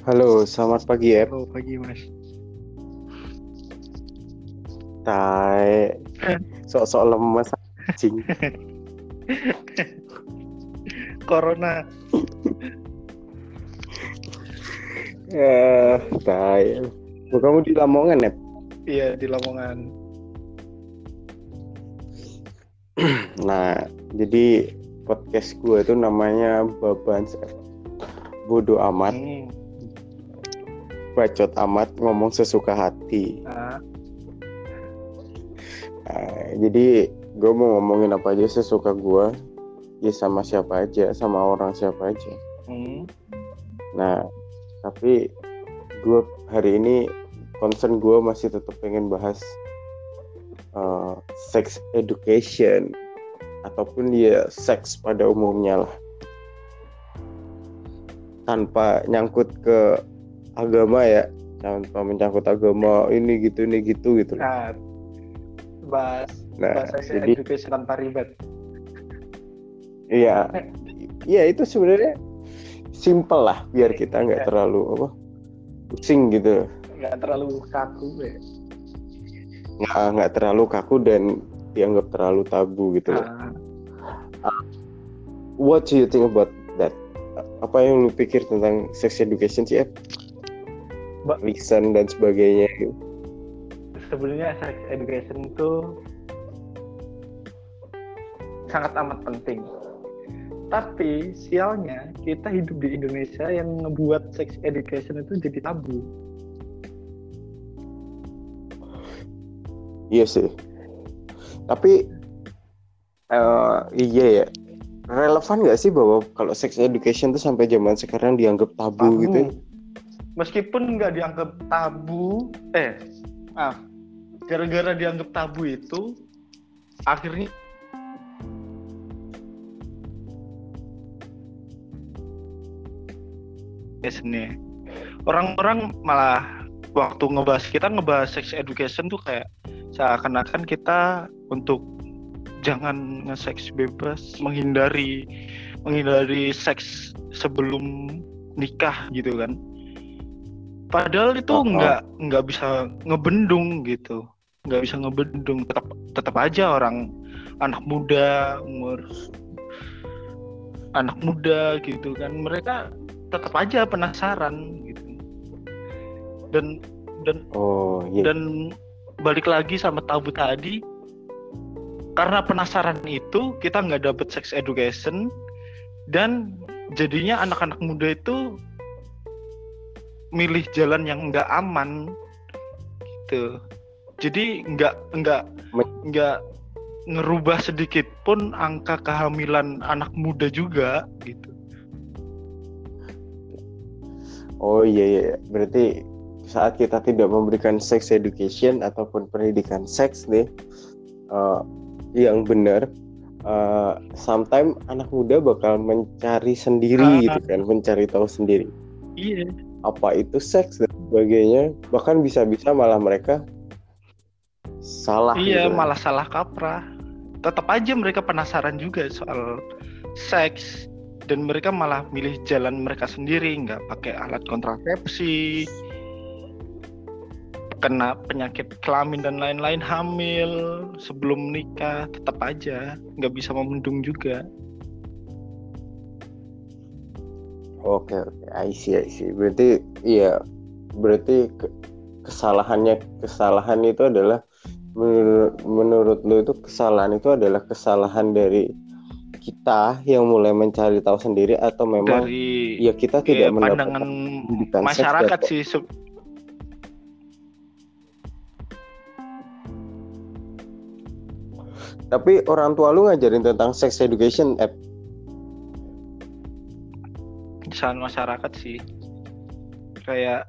Halo, selamat pagi Ep. Halo pagi mas. Tai, sok-sok lemes anjing. Corona. Tai. Kamu di Lamongan Ep? Iya di Lamongan. Nah, jadi podcast gue itu namanya Babans Ep. Bodoh amat, bacot amat, ngomong sesuka hati. Jadi gue mau ngomongin apa aja sesuka gue, ya sama siapa aja, sama orang siapa aja. Nah, tapi gue hari ini concern gue masih tetap pengen bahas sex education ataupun ya seks pada umumnya lah, tanpa nyangkut ke agama ya, tanpa menyangkut agama ini gitu Bahas sex jadi education tanpa ribet. iya itu sebenarnya simple lah, biar kita nggak terlalu pusing gitu, nggak terlalu kaku ya. nggak terlalu kaku dan dianggap terlalu tabu gitu loh. What do you think about that? Apa yang lu pikir tentang sex education sih, Listen dan sebagainya gitu? Sebenarnya sex education itu sangat amat penting. Tapi sialnya kita hidup di Indonesia yang ngebuat sex education itu jadi tabu. Iya sih. Tapi iya ya. Relevan nggak sih bahwa kalau sex education tuh sampai zaman sekarang dianggap tabu gitu? Meskipun nggak dianggap tabu, gara-gara dianggap tabu itu akhirnya orang-orang malah waktu ngebahas sex education tuh kayak seakan-akan kita untuk jangan nge-seks bebas, menghindari seks sebelum nikah gitu kan. Padahal itu nggak bisa ngebendung gitu, nggak bisa ngebendung. Tetap aja orang anak muda gitu kan, mereka tetap aja penasaran gitu. Dan balik lagi sama tabu tadi, karena penasaran itu kita nggak dapet sex education dan jadinya anak-anak muda itu milih jalan yang nggak aman gitu. Jadi nggak ngerubah sedikit pun angka kehamilan anak muda juga gitu. Oh iya, berarti saat kita tidak memberikan sex education ataupun pendidikan seks nih yang benar, sometimes anak muda bakal mencari sendiri gitu kan, mencari tahu sendiri. Iya. Apa itu seks dan sebagainya, bahkan bisa-bisa malah mereka salah. Iya, gitu. Malah salah kaprah. Tetap aja mereka penasaran juga soal seks dan mereka malah milih jalan mereka sendiri, nggak pakai alat kontrasepsi, kena penyakit kelamin dan lain-lain, hamil sebelum nikah, tetap aja nggak bisa membendung juga. Oke, I see. Berarti kesalahan itu adalah menurut lo itu kesalahan dari kita yang mulai mencari tahu sendiri, atau memang dari kita tidak mendapatkan pandangan masyarakat sih. Tapi orang tua lu ngajarin tentang sex education, kesalahan masyarakat sih, kayak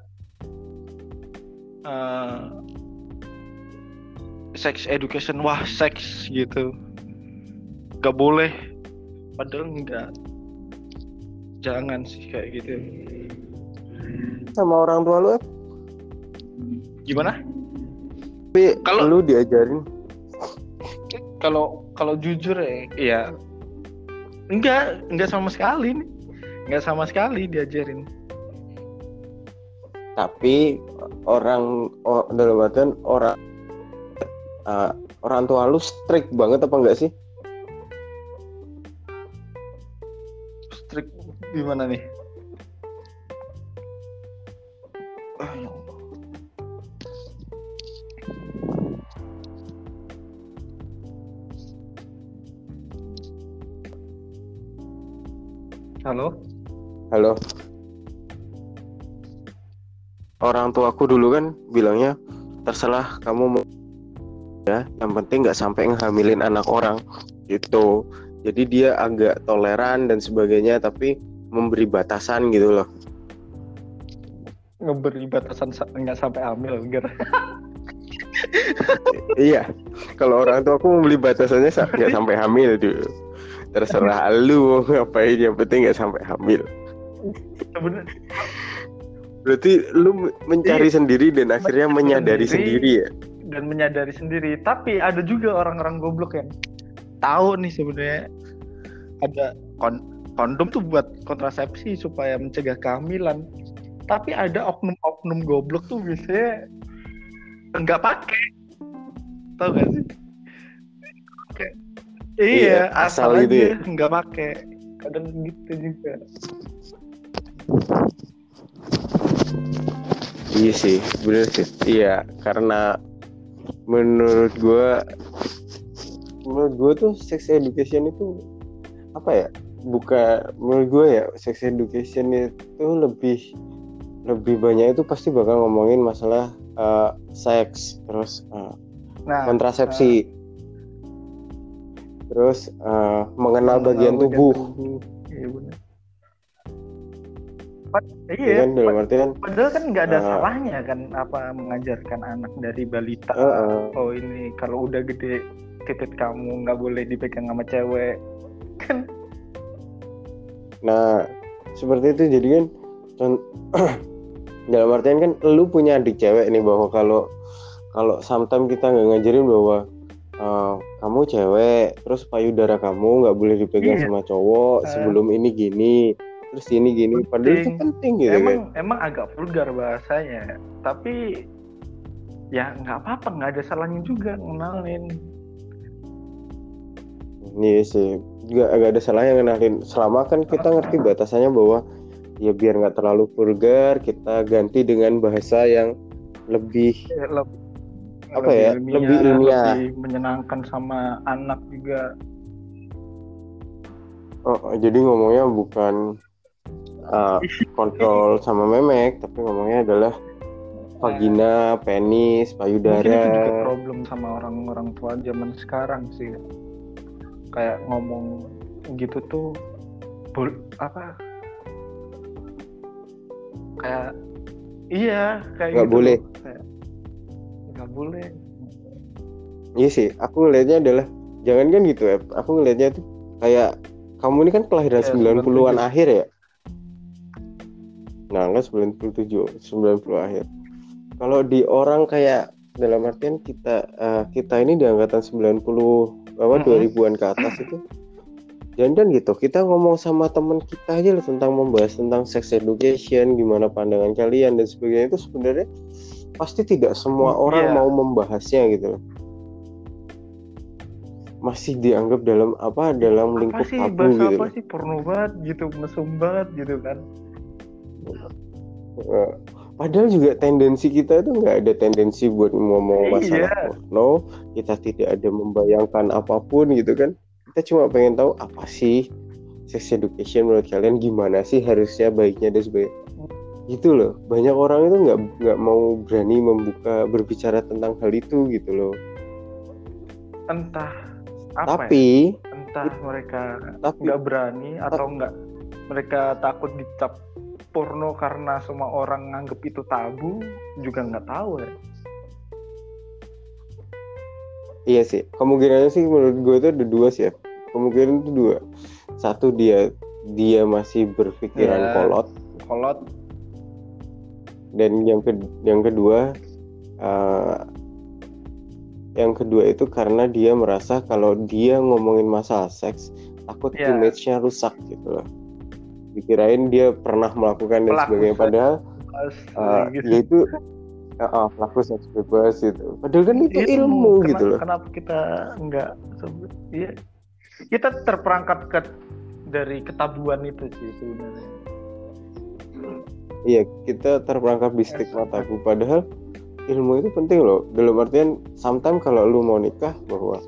sex education, wah seks gitu, gak boleh, padahal enggak, jangan sih kayak gitu. Sama orang tua lu gimana? Tapi kalau lu diajarin, kalau jujur ya enggak sama sekali nih. Nggak sama sekali diajarin. Tapi dalam artian orang tua lu strict banget apa enggak sih? Strict gimana nih? Halo. Orang tuaku dulu kan bilangnya terserah kamu mau ya, yang penting nggak sampai ngehamilin anak orang gitu. Jadi dia agak toleran dan sebagainya, tapi memberi batasan gitu loh. Ngeberi batasan nggak sampai hamil gitu. Iya, kalau orang tuaku memberi batasannya nggak sampai hamil dulu. Terserah lu mau ngapain, yang penting nggak sampai hamil. Berarti lu mencari sendiri dan akhirnya menyadari sendiri ya? Dan menyadari sendiri. Tapi ada juga orang-orang goblok yang tahu nih sebenarnya ada kondom tuh buat kontrasepsi supaya mencegah kehamilan. Tapi ada oknum-oknum goblok tuh biasanya nggak pakai. Tahu gak sih? Kayak iya, asal gitu aja ya? Nggak pakai. Kadang gitu juga. Iya sih, bener sih. Iya, karena menurut gue tuh sex education itu apa ya? Menurut gue ya, sex education itu lebih banyak itu pasti bakal ngomongin masalah seks, terus kontrasepsi. Terus mengenal bagian tubuh. Iya benar. Iya kan, dalam artian padahal kan nggak ada salahnya kan apa mengajarkan anak dari balita. Oh ini kalau udah gede titik kamu nggak boleh dipegang sama cewek kan. Nah seperti itu, jadi kan dalam artian kan lu punya adik cewek nih, bahwa kalau sometimes kita nggak ngajarin bahwa kamu cewek, terus payudara kamu nggak boleh dipegang sama cowok sebelum ini gini, terus ini gini, padahal itu penting gitu. Emang agak vulgar bahasanya, tapi ya nggak apa-apa, nggak ada salahnya juga ngenalin. Iya sih, juga agak ada salahnya ngenalin, selama kan kita ngerti batasannya, bahwa ya biar nggak terlalu vulgar, kita ganti dengan bahasa yang lebih lebih ilmiah, lebih menyenangkan sama anak juga. Jadi ngomongnya bukan kontrol sama memek, tapi ngomongnya adalah vagina, penis, payudara. Mungkin itu juga problem sama orang tua zaman sekarang sih, kayak ngomong gitu tuh kayak nggak gitu boleh. Nggak boleh. Iya sih, aku ngelihatnya adalah jangan kan gitu ya. Aku ngelihatnya tuh kayak kamu ini kan kelahiran 90-an akhir ya. Nah, enggak 97, 90 akhir. Kalau di orang kayak dalam artian kita ini di angkatan 2000-an ke atas itu. Dan gitu, kita ngomong sama teman kita aja lah membahas tentang sex education, gimana pandangan kalian dan sebagainya, itu sebenarnya pasti tidak semua orang mau membahasnya gitu loh. Masih dianggap dalam lingkup tabu gitu. Apa sih porno banget gitu, mesum banget gitu kan. Padahal juga tendensi kita itu nggak ada tendensi buat ngomong masalah porno. Kita tidak ada membayangkan apapun gitu kan. Kita cuma pengen tahu apa sih sex education menurut kalian, gimana sih harusnya, baiknya dan sebagainya. Gitu loh, banyak orang itu nggak mau berani berbicara tentang hal itu gitu loh. Entah mereka nggak berani atau nggak, mereka takut dicap porno karena semua orang nganggep itu tabu, juga nggak tahu ya. Iya sih, kemungkinannya sih menurut gue itu ada dua sih ya. Kemungkinan itu dua. Satu, dia masih berpikiran kolot. Dan yang kedua itu karena dia merasa kalau dia ngomongin masalah seks, takut image-nya rusak gitu loh. Dikirain dia pernah melakukan dan sebagainya, padahal gitu. yaitu pelaku seks bebas itu. Padahal kan itu ilmu gitu loh. Kenapa kita enggak? Iya, kita terperangkap dari ketabuan itu sih sebenarnya. Iya, kita terperangkap di stigma tabu. Padahal ilmu itu penting loh. Dalam artian, sometimes kalau lu mau nikah bahwa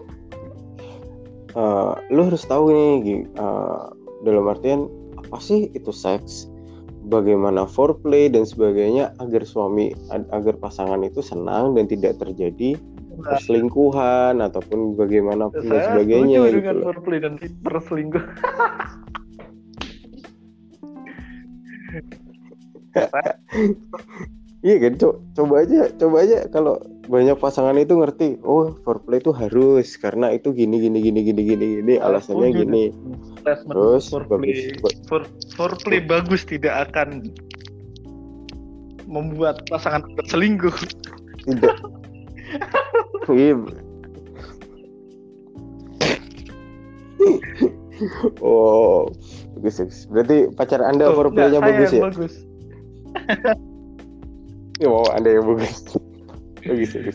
lu harus tahu nih, dalam artian apa sih itu seks, bagaimana foreplay dan sebagainya agar pasangan itu senang dan tidak terjadi perselingkuhan ataupun bagaimana pun dan sebagainya. Saya setuju dengan foreplay dan perselingkuh. Iya kan, coba aja kalau banyak pasangan itu ngerti, oh foreplay itu harus karena itu gini alasannya gini. Terus foreplay bagus tidak akan membuat pasangan berselingkuh. Tidak. Iya. Oh, bagus. Berarti pacar Anda foreplaynya bagus ya? Bagus. Oh, Anda yang bagus. Bagus.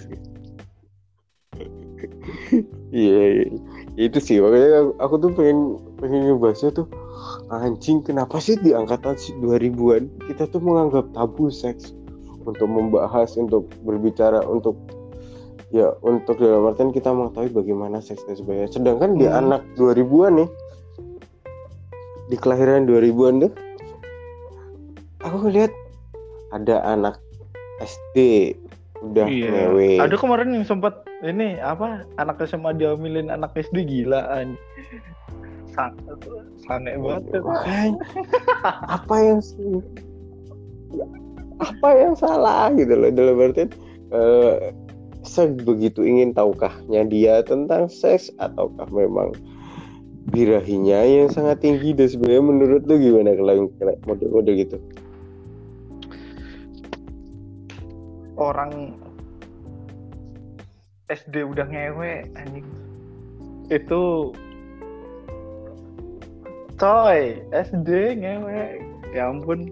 Iya. Itu sih makanya aku tuh pengen ngebahasnya tuh, anjing kenapa sih di angkatan 2000-an kita tuh menganggap tabu seks untuk membahas, untuk berbicara, untuk dalam artian kita mengetahui bagaimana seks dan sebagainya. Sedangkan di anak 2000-an nih, di kelahiran 2000-an tuh aku lihat ada anak SD udah ngewe. Ada kemarin yang sempat ini anak SMA diambilin anak SD, gilaan. Sange banget. Apa yang salah gitu loh, dalam artian sebegitu ingin tahukahnya dia tentang seks ataukah memang birahinya yang sangat tinggi dan sebenarnya menurut lu gimana kalau model-model gitu? Orang SD udah ngewe anjing. Itu coy, SD ngewe. Ya ampun.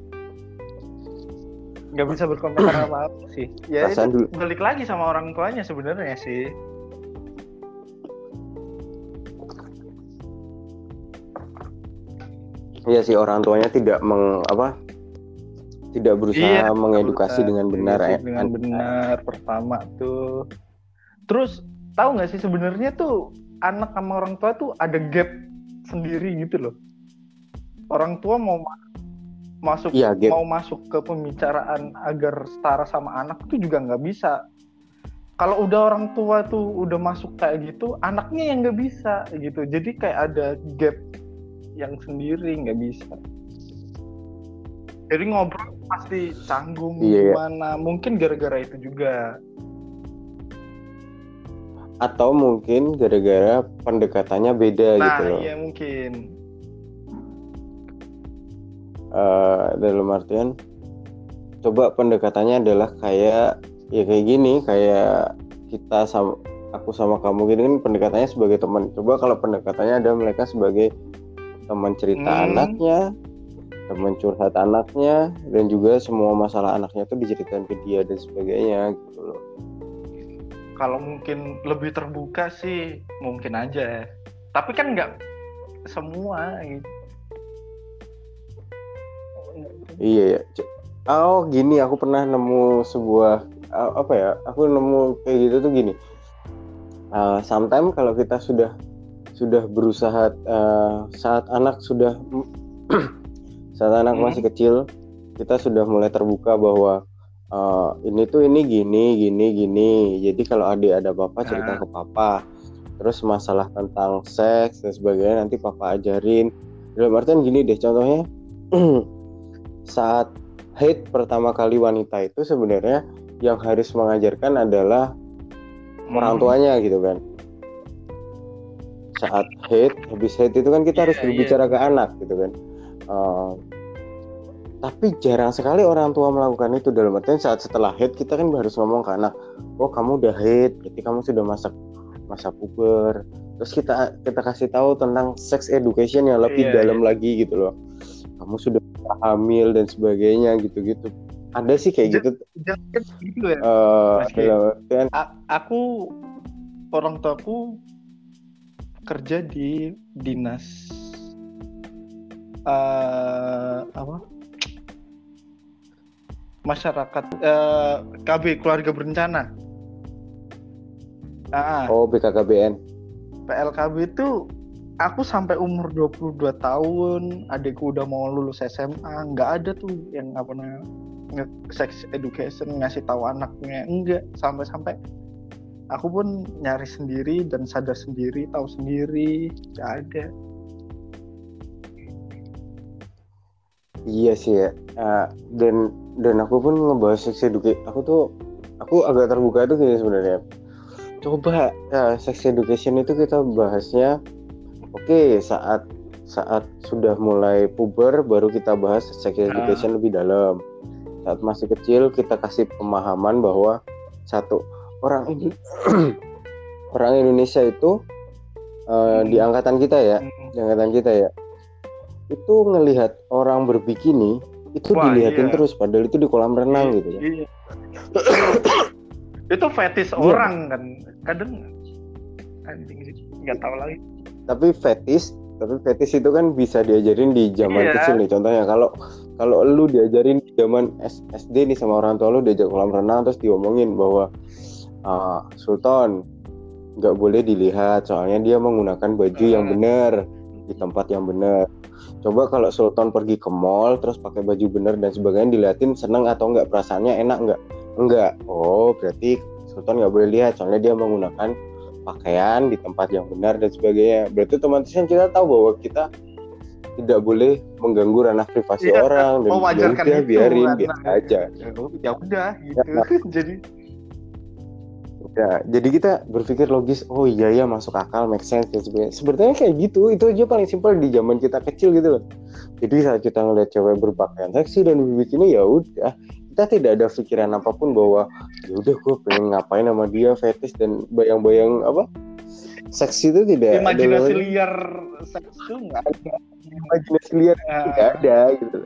Gak bisa berkomentar apa-apa sih. Ya itu balik lagi sama orang tuanya sebenarnya sih. Iya sih, orang tuanya tidak berusaha mengedukasi dengan benar. Dengan benar pertama tuh. Terus tahu nggak sih sebenarnya tuh anak sama orang tua tuh ada gap sendiri gitu loh. Orang tua mau masuk ke pembicaraan agar setara sama anak tuh juga nggak bisa. Kalau udah orang tua tuh udah masuk kayak gitu, anaknya yang nggak bisa gitu. Jadi kayak ada gap yang sendiri, nggak bisa. Jadi ngobrol pasti canggung gimana. Mungkin gara-gara itu juga. Atau mungkin gara-gara pendekatannya beda gitu loh. Nah iya mungkin. Dalam artian coba pendekatannya adalah kayak gini, kayak aku sama kamu gini kan pendekatannya sebagai teman. Coba kalau pendekatannya adalah mereka sebagai teman cerita anaknya, teman curhat anaknya, dan juga semua masalah anaknya itu diceritain ke dia dan sebagainya gitu loh. Kalau mungkin lebih terbuka sih mungkin aja, tapi kan nggak semua gitu. Iya. Oh gini, aku pernah nemu sebuah aku nemu kayak gitu tuh gini. Sometimes kalau kita sudah berusaha saat anak masih kecil, kita sudah mulai terbuka bahwa ini gini. Jadi kalau adik ada apa-apa cerita ke papa. Terus masalah tentang seks dan sebagainya nanti papa ajarin. Dalam artian gini deh, contohnya saat haid pertama kali wanita itu sebenarnya yang harus mengajarkan adalah orang tuanya gitu kan. Saat habis haid itu kan kita harus berbicara ke anak gitu kan. Tapi jarang sekali orang tua melakukan itu. Dalam artian saat setelah haid kita kan harus ngomong ke anak, oh kamu udah haid, berarti kamu sudah masa puber. Terus kita kasih tahu tentang sex education yang lebih dalam lagi gitu loh. Kamu sudah hamil dan sebagainya gitu-gitu. ada sih kayak gitu. Jangan gitu ya. Dalam artian, Aku orang tuaku kerja di dinas apa? Masyarakat KB keluarga berencana. BKKBN. PLKB itu aku sampai umur 22 tahun, adikku udah mau lulus SMA, nggak ada tuh yang apa namanya sex education ngasih tahu anaknya, enggak, sampai aku pun nyari sendiri dan sadar sendiri, tahu sendiri, nggak ada. Iya sih ya. Dan aku pun ngebahas sex education. Aku agak terbuka tuh gini sebenarnya. Coba sex education itu kita bahasnya saat sudah mulai puber baru kita bahas sex education lebih dalam. Saat masih kecil kita kasih pemahaman bahwa satu orang Indonesia itu di angkatan kita ya, itu ngelihat orang berbikini itu dilihatin terus, padahal itu di kolam renang gitu ya. Iya. Itu fetish orang kan, kadang anjing sih, nggak tahu lagi. Tapi fetish itu kan bisa diajarin di zaman kecil nih. Contohnya kalau lu diajarin di zaman SD nih sama orang tua lu, diajak kolam renang terus diomongin bahwa Sultan nggak boleh dilihat soalnya dia menggunakan baju yang benar di tempat yang benar. Coba kalau Sultan pergi ke mall terus pakai baju benar dan sebagainya, diliatin seneng atau enggak, perasaannya enak enggak. Oh berarti Sultan nggak boleh lihat soalnya dia menggunakan pakaian di tempat yang benar dan sebagainya. Berarti otomatis kan kita tahu bahwa kita tidak boleh mengganggu ranah privasi orang, dan biarin biasa aja. Ya udah gitu. Jadi kita berpikir logis, oh iya ya masuk akal, make sense dan sebagainya. Sebenarnya kayak gitu, itu aja paling simpel di zaman kita kecil gitu loh. Jadi saat kita ngeliat cewek berpakaian seksi dan berbikini, ya udah, kita tidak ada pikiran apapun bahwa ya udah gue pengen ngapain sama dia, fetish dan bayang-bayang apa seksi itu tidak. Imajinasi liar seks itu nggak ada. Imajinasi liar nggak ada gitu.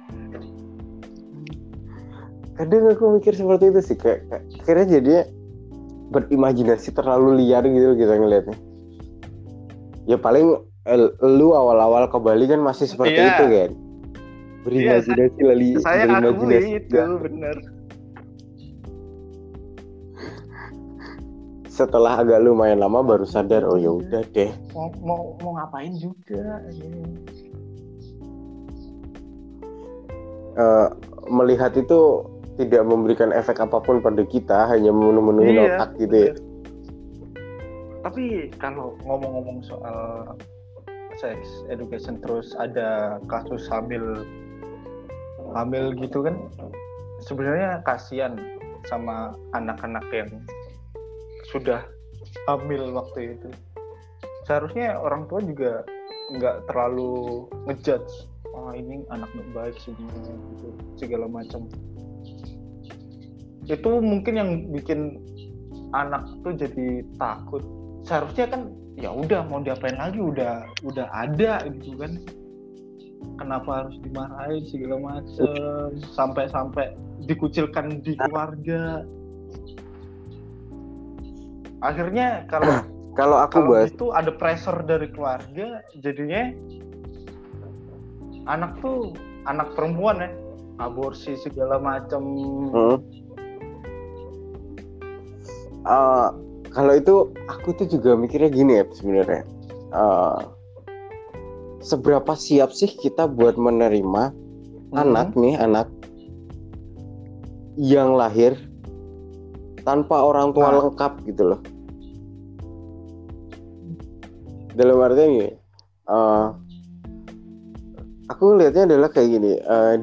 Kadang aku mikir seperti itu sih, kayak akhirnya jadinya berimajinasi terlalu liar gitu kita ngelihatnya. Ya paling lu awal-awal ke Bali kan masih seperti itu kan. Berimajinasi saya akui itu benar. Setelah agak lumayan lama baru sadar, oh ya udah deh. Mau ngapain juga. Melihat itu tidak memberikan efek apapun pada kita, hanya memenuhi otak gitu ya. Tapi kalau ngomong-ngomong soal sex education terus ada kasus hamil gitu kan, sebenarnya kasihan sama anak-anak yang sudah hamil waktu itu. Seharusnya orang tua juga nggak terlalu ngejudge, ini anak nggak baik gitu, segala macam. Itu mungkin yang bikin anak tuh jadi takut. Seharusnya kan ya udah, mau diapain lagi, udah ada gitu kan. Kenapa harus dimarahin segala macam, sampai dikucilkan di keluarga. Akhirnya kalau bahas itu ada pressure dari keluarga, jadinya anak perempuan ya, aborsi segala macam. Kalau itu aku tuh juga mikirnya gini ya sebenarnya. Seberapa siap sih kita buat menerima anak yang lahir tanpa orang tua lengkap gitu loh. Dalam artinya gini, aku lihatnya adalah kayak gini,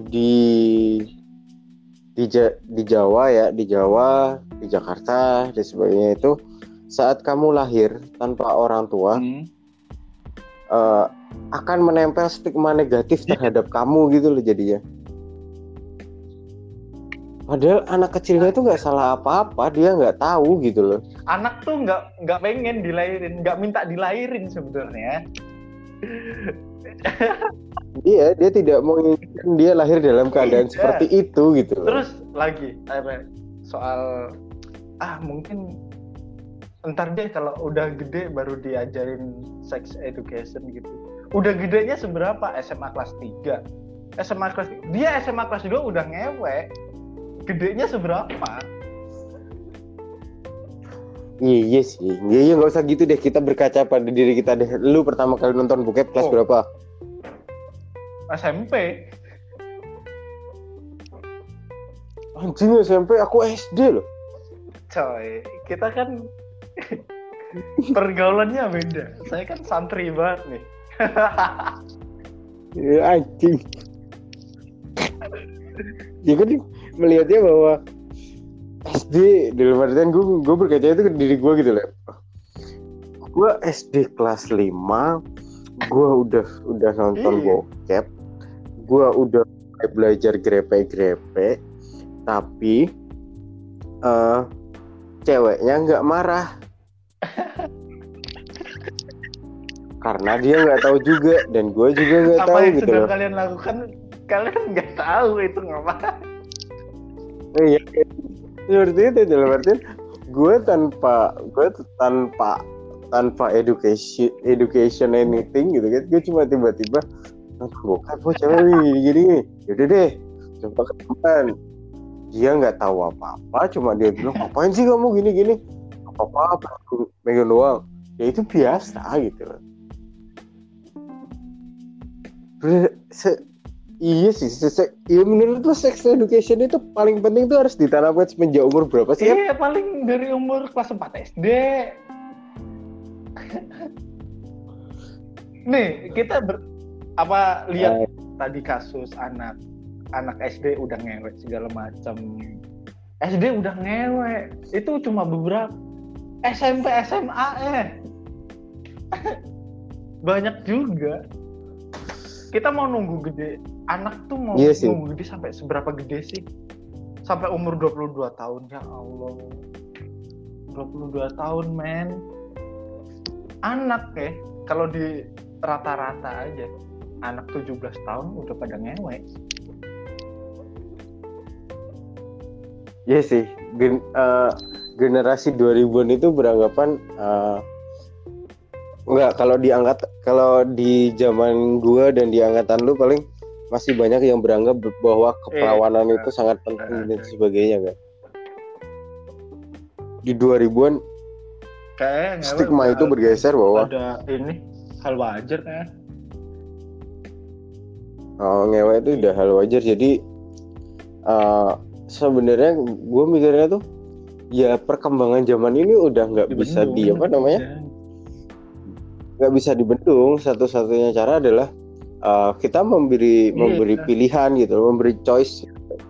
di Jawa ya, di Jakarta dan sebagainya itu, saat kamu lahir tanpa orang tua akan menempel stigma negatif terhadap kamu gitu loh jadinya. Padahal anak kecilnya itu nggak salah apa-apa, dia nggak tahu gitu loh. Anak tuh nggak pengen dilahirin, nggak minta dilahirin sebenarnya. Dia tidak menginginkan dia lahir dalam keadaan seperti itu gitu loh. Terus lagi soal mungkin ntar deh kalau udah gede baru diajarin sex education gitu. Udah gedenya seberapa? SMA kelas 3. Dia SMA kelas 2 udah ngewek. Gedenya seberapa? Iya sih. Iya nggak usah gitu deh. Kita berkaca pada diri kita deh. Lu pertama kali nonton bokep kelas berapa? SMP. Anjing, SMP aku SD loh. Coy, kita kan pergaulannya beda. Saya kan santri banget nih. Ya anjing. Ya kan melihatnya bahwa SD dalam artian gue berkaca itu ke diri gue gitu loh. Gue SD kelas 5, gue udah nonton bokep, gue udah belajar grepe-grepe, tapi ceweknya nggak marah karena dia nggak tahu juga dan gue juga nggak tahu apa yang gitu sedang loh. kalian lakukan kalian nggak tahu itu ngapain. Iya, seperti itu dalam artian gue tanpa education anything gitu kan. Gue cuma tiba-tiba bokep cewek gini. Yaudah deh, coba ketemuan. Dia nggak tahu apa-apa, cuma dia bilang ngapain sih kamu gini apa megang doang. Ya itu biasa gitu loh. Iya sih, iya menurut lo sex education itu paling penting tuh harus ditanamkan semenjak umur berapa sih? Iya, paling dari umur kelas 4 SD. Nih, kita lihat tadi kasus anak SD udah ngewek segala macam. SD udah ngewek. Itu cuma beberapa. SMP, SMA banyak juga. Kita mau nunggu gede. Anak tuh mau nunggu gede sampai seberapa gede sih? Sampai umur 22 tahun. Ya Allah. 22 tahun, men. Anak kalau di rata-rata aja. Anak 17 tahun udah pada ngewek. Iya sih. Generasi 2000-an itu beranggapan enggak, kalau di zaman gua dan di angkatan lu paling masih banyak yang beranggap bahwa keperawanan itu sangat penting dan sebagainya kan. Di 2000-an kayak stigma itu bergeser bahwa ada ini hal wajar kan. Ngewe itu udah hal wajar. Jadi sebenarnya gue mikirnya tuh ya perkembangan zaman ini udah nggak bisa nggak bisa dibendung. Satu-satunya cara adalah kita memberi pilihan gitu, memberi choice.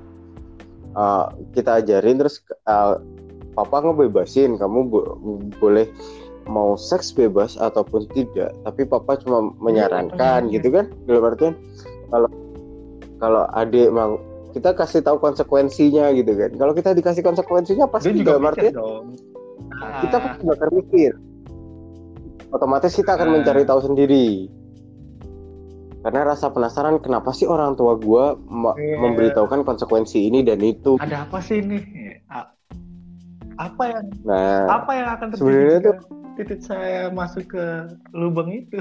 Kita ajarin terus papa ngebebasin kamu boleh mau seks bebas ataupun tidak, tapi papa cuma menyarankan gitu kan. Dalam artian kalau adik mau kita kasih tahu konsekuensinya gitu kan. Kalau kita dikasih konsekuensinya pasti dalam artian kita pasti bakal mikir. Otomatis kita akan mencari tahu sendiri. Karena rasa penasaran kenapa sih orang tua gue memberitahukan konsekuensi ini dan itu. Ada apa sih ini? Apa yang akan terjadi jika titik saya masuk ke lubang itu?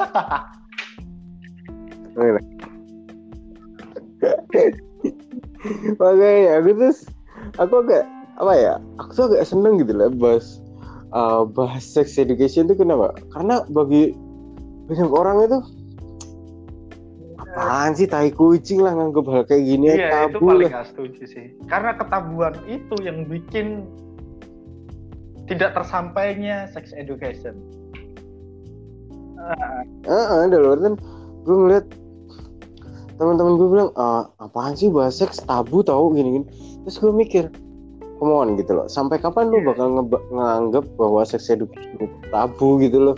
Makanya aku tuh agak seneng gitu lah bahas sex education itu. Kenapa? Karena bagi banyak orang itu apaan sih, tai kucing lah nganggep hal kayak gini. Iya, tabu itu paling gak setuju sih. Karena ketabuan itu yang bikin tidak tersampainya sex education. Dalam artian gue ngeliat teman-teman gue bilang apaan sih bahas seks, tabu tau gini-gini. Terus gue mikir, come on gitu loh, sampai kapan lu bakal nganggep bahwa seks education itu tabu gitu loh?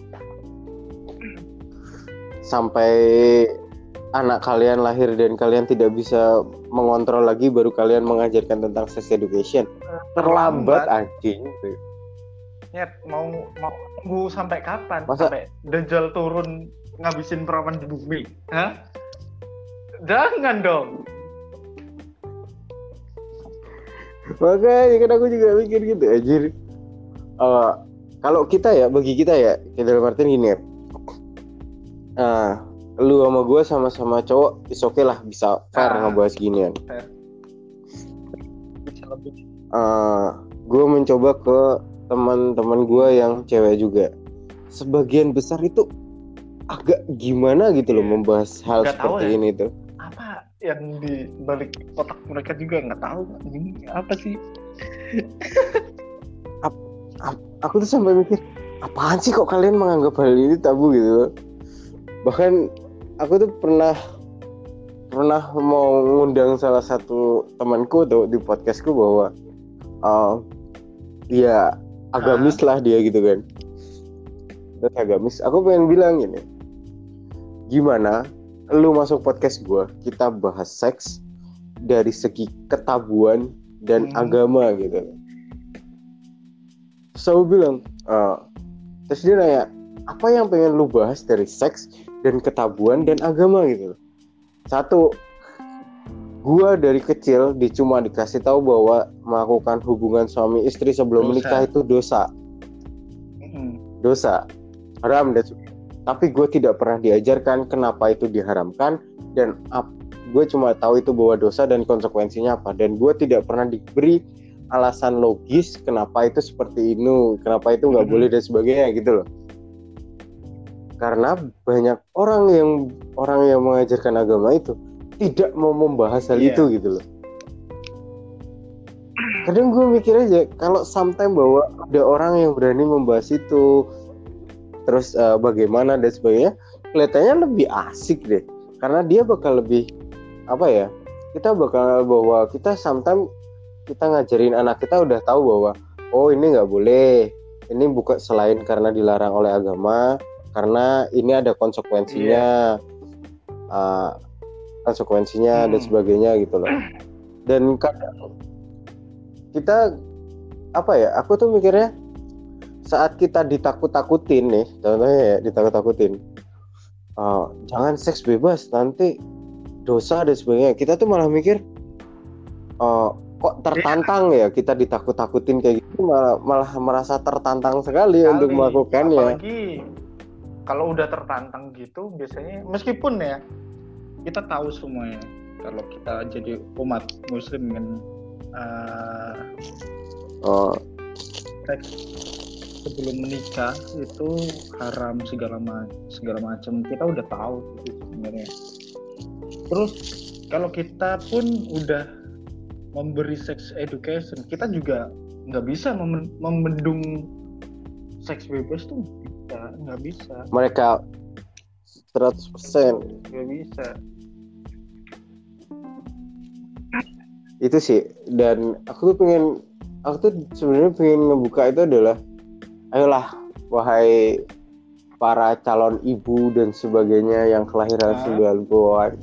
Sampai anak kalian lahir dan kalian tidak bisa mengontrol lagi baru kalian mengajarkan tentang sex education. Terlambat anjing. Ya, mau nunggu sampai kapan? Masa? Sampai Dajjal turun ngabisin perawan di bumi? Hah? Jangan dong. Makanya kan aku juga mikir gitu anjir. Kalau kita ya, bagi kita ya, kita Martin gini ya. Lu sama gue sama-sama cowok, is okay lah, bisa fair ngebahas ginian. Fair. Bisa lebih. Gue mencoba ke teman-teman gue yang cewek juga. Sebagian besar itu agak gimana gitu loh membahas hal Nggak seperti tahu ya, ini tuh. apa yang di balik otak mereka juga nggak tahu ini apa sih. Aku tuh sampai mikir, apaan sih kok kalian menganggap hal ini tabu gitu. Bahkan aku tuh pernah mau ngundang salah satu temanku tuh di podcastku bahwa ya agamis lah dia gitu kan. Terus agamis, aku pengen bilang gini, gimana lu masuk podcast gue, kita bahas seks dari segi ketabuan dan agama gitu. Terus aku bilang, terus dia nanya, apa yang pengen lu bahas dari seks dan ketabuan dan agama gitu. Satu, gue dari kecil cuma dikasih tahu bahwa melakukan hubungan suami istri sebelum menikah itu dosa. Dosa, haram dan tapi gue tidak pernah diajarkan kenapa itu diharamkan dan gue cuma tahu itu bahwa dosa dan konsekuensinya apa, dan gue tidak pernah diberi alasan logis kenapa itu seperti ini, kenapa itu nggak boleh dan sebagainya gitu loh. Karena banyak orang yang mengajarkan agama itu tidak mau membahas hal itu gitu loh. Kadang gue mikir aja, kalau sometimes bahwa ada orang yang berani membahas itu, terus bagaimana dan sebagainya, kelihatannya lebih asik deh. Karena dia bakal lebih kita bakal bahwa kita sometimes kita ngajarin anak kita udah tahu bahwa oh ini nggak boleh, ini bukan selain karena dilarang oleh agama, karena ini ada konsekuensinya, dan sebagainya gitu loh. Dan kadang kita aku tuh mikirnya saat kita ditakut-takutin nih, contohnya ya ditakut-takutin, jangan seks bebas nanti dosa dan sebagainya, kita tuh malah mikir kok tertantang ya, kita ditakut-takutin kayak gitu, malah merasa tertantang sekali untuk melakukannya. Apalagi kalau udah tertantang gitu, biasanya meskipun ya kita tahu semuanya, kalau kita jadi umat muslim kan sebelum menikah itu haram segala macam, kita udah tahu itu sebenarnya. Terus kalau kita pun udah memberi sex education, kita juga nggak bisa membendung seks bebas tuh, nggak bisa. Mereka 100% nggak bisa. Itu sih, dan aku tuh sebenarnya pengen ngebuka itu adalah, ayolah wahai para calon ibu dan sebagainya yang kelahiran 90-an,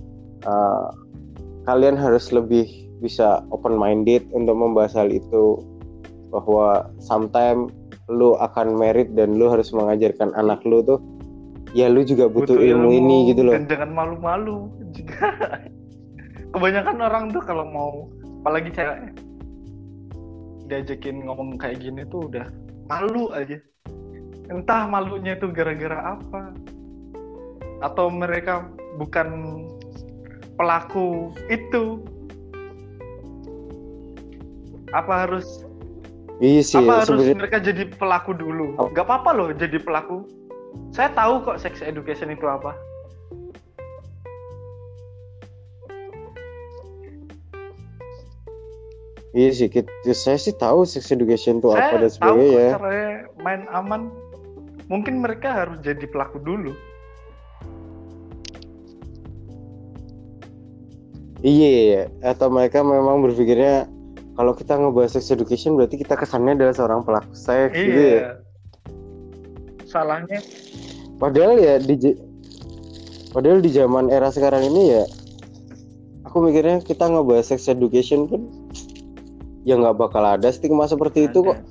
kalian harus lebih bisa open minded untuk membahas hal itu, bahwa sometimes lu akan married dan lu harus mengajarkan anak lu tuh ya lu juga butuh ilmu ini gitu loh. Dan jangan malu-malu juga. Kebanyakan orang tuh kalau mau, apalagi cewek, diajakin ngomong kayak gini tuh udah malu aja. Entah malunya itu gara-gara apa, atau mereka bukan pelaku itu. Apa harus mereka jadi pelaku dulu? Gak apa-apa loh jadi pelaku. Saya tahu kok sex education itu apa. Iya sih, saya sih tahu sex education itu apa dan sebagainya. Saya tahu kok caranya main aman. Mungkin mereka harus jadi pelaku dulu. Iya, atau mereka memang berpikirnya kalau kita ngebahas sex education berarti kita kesannya adalah seorang pelaku seks gitu ya. Salahnya. Padahal di zaman era sekarang ini ya, aku mikirnya kita ngebahas sex education pun ya nggak bakal ada stigma seperti itu kok.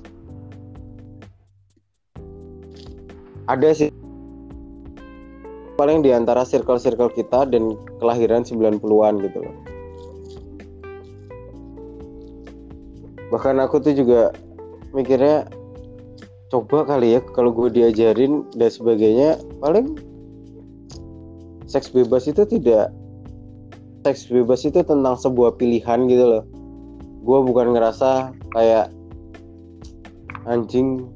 Ada sih, paling di antara circle-circle kita dan kelahiran 90-an gitu loh. Bahkan aku tuh juga mikirnya coba kali ya kalau gue diajarin dan sebagainya, paling seks bebas itu tentang sebuah pilihan gitu loh. Gue bukan ngerasa kayak anjing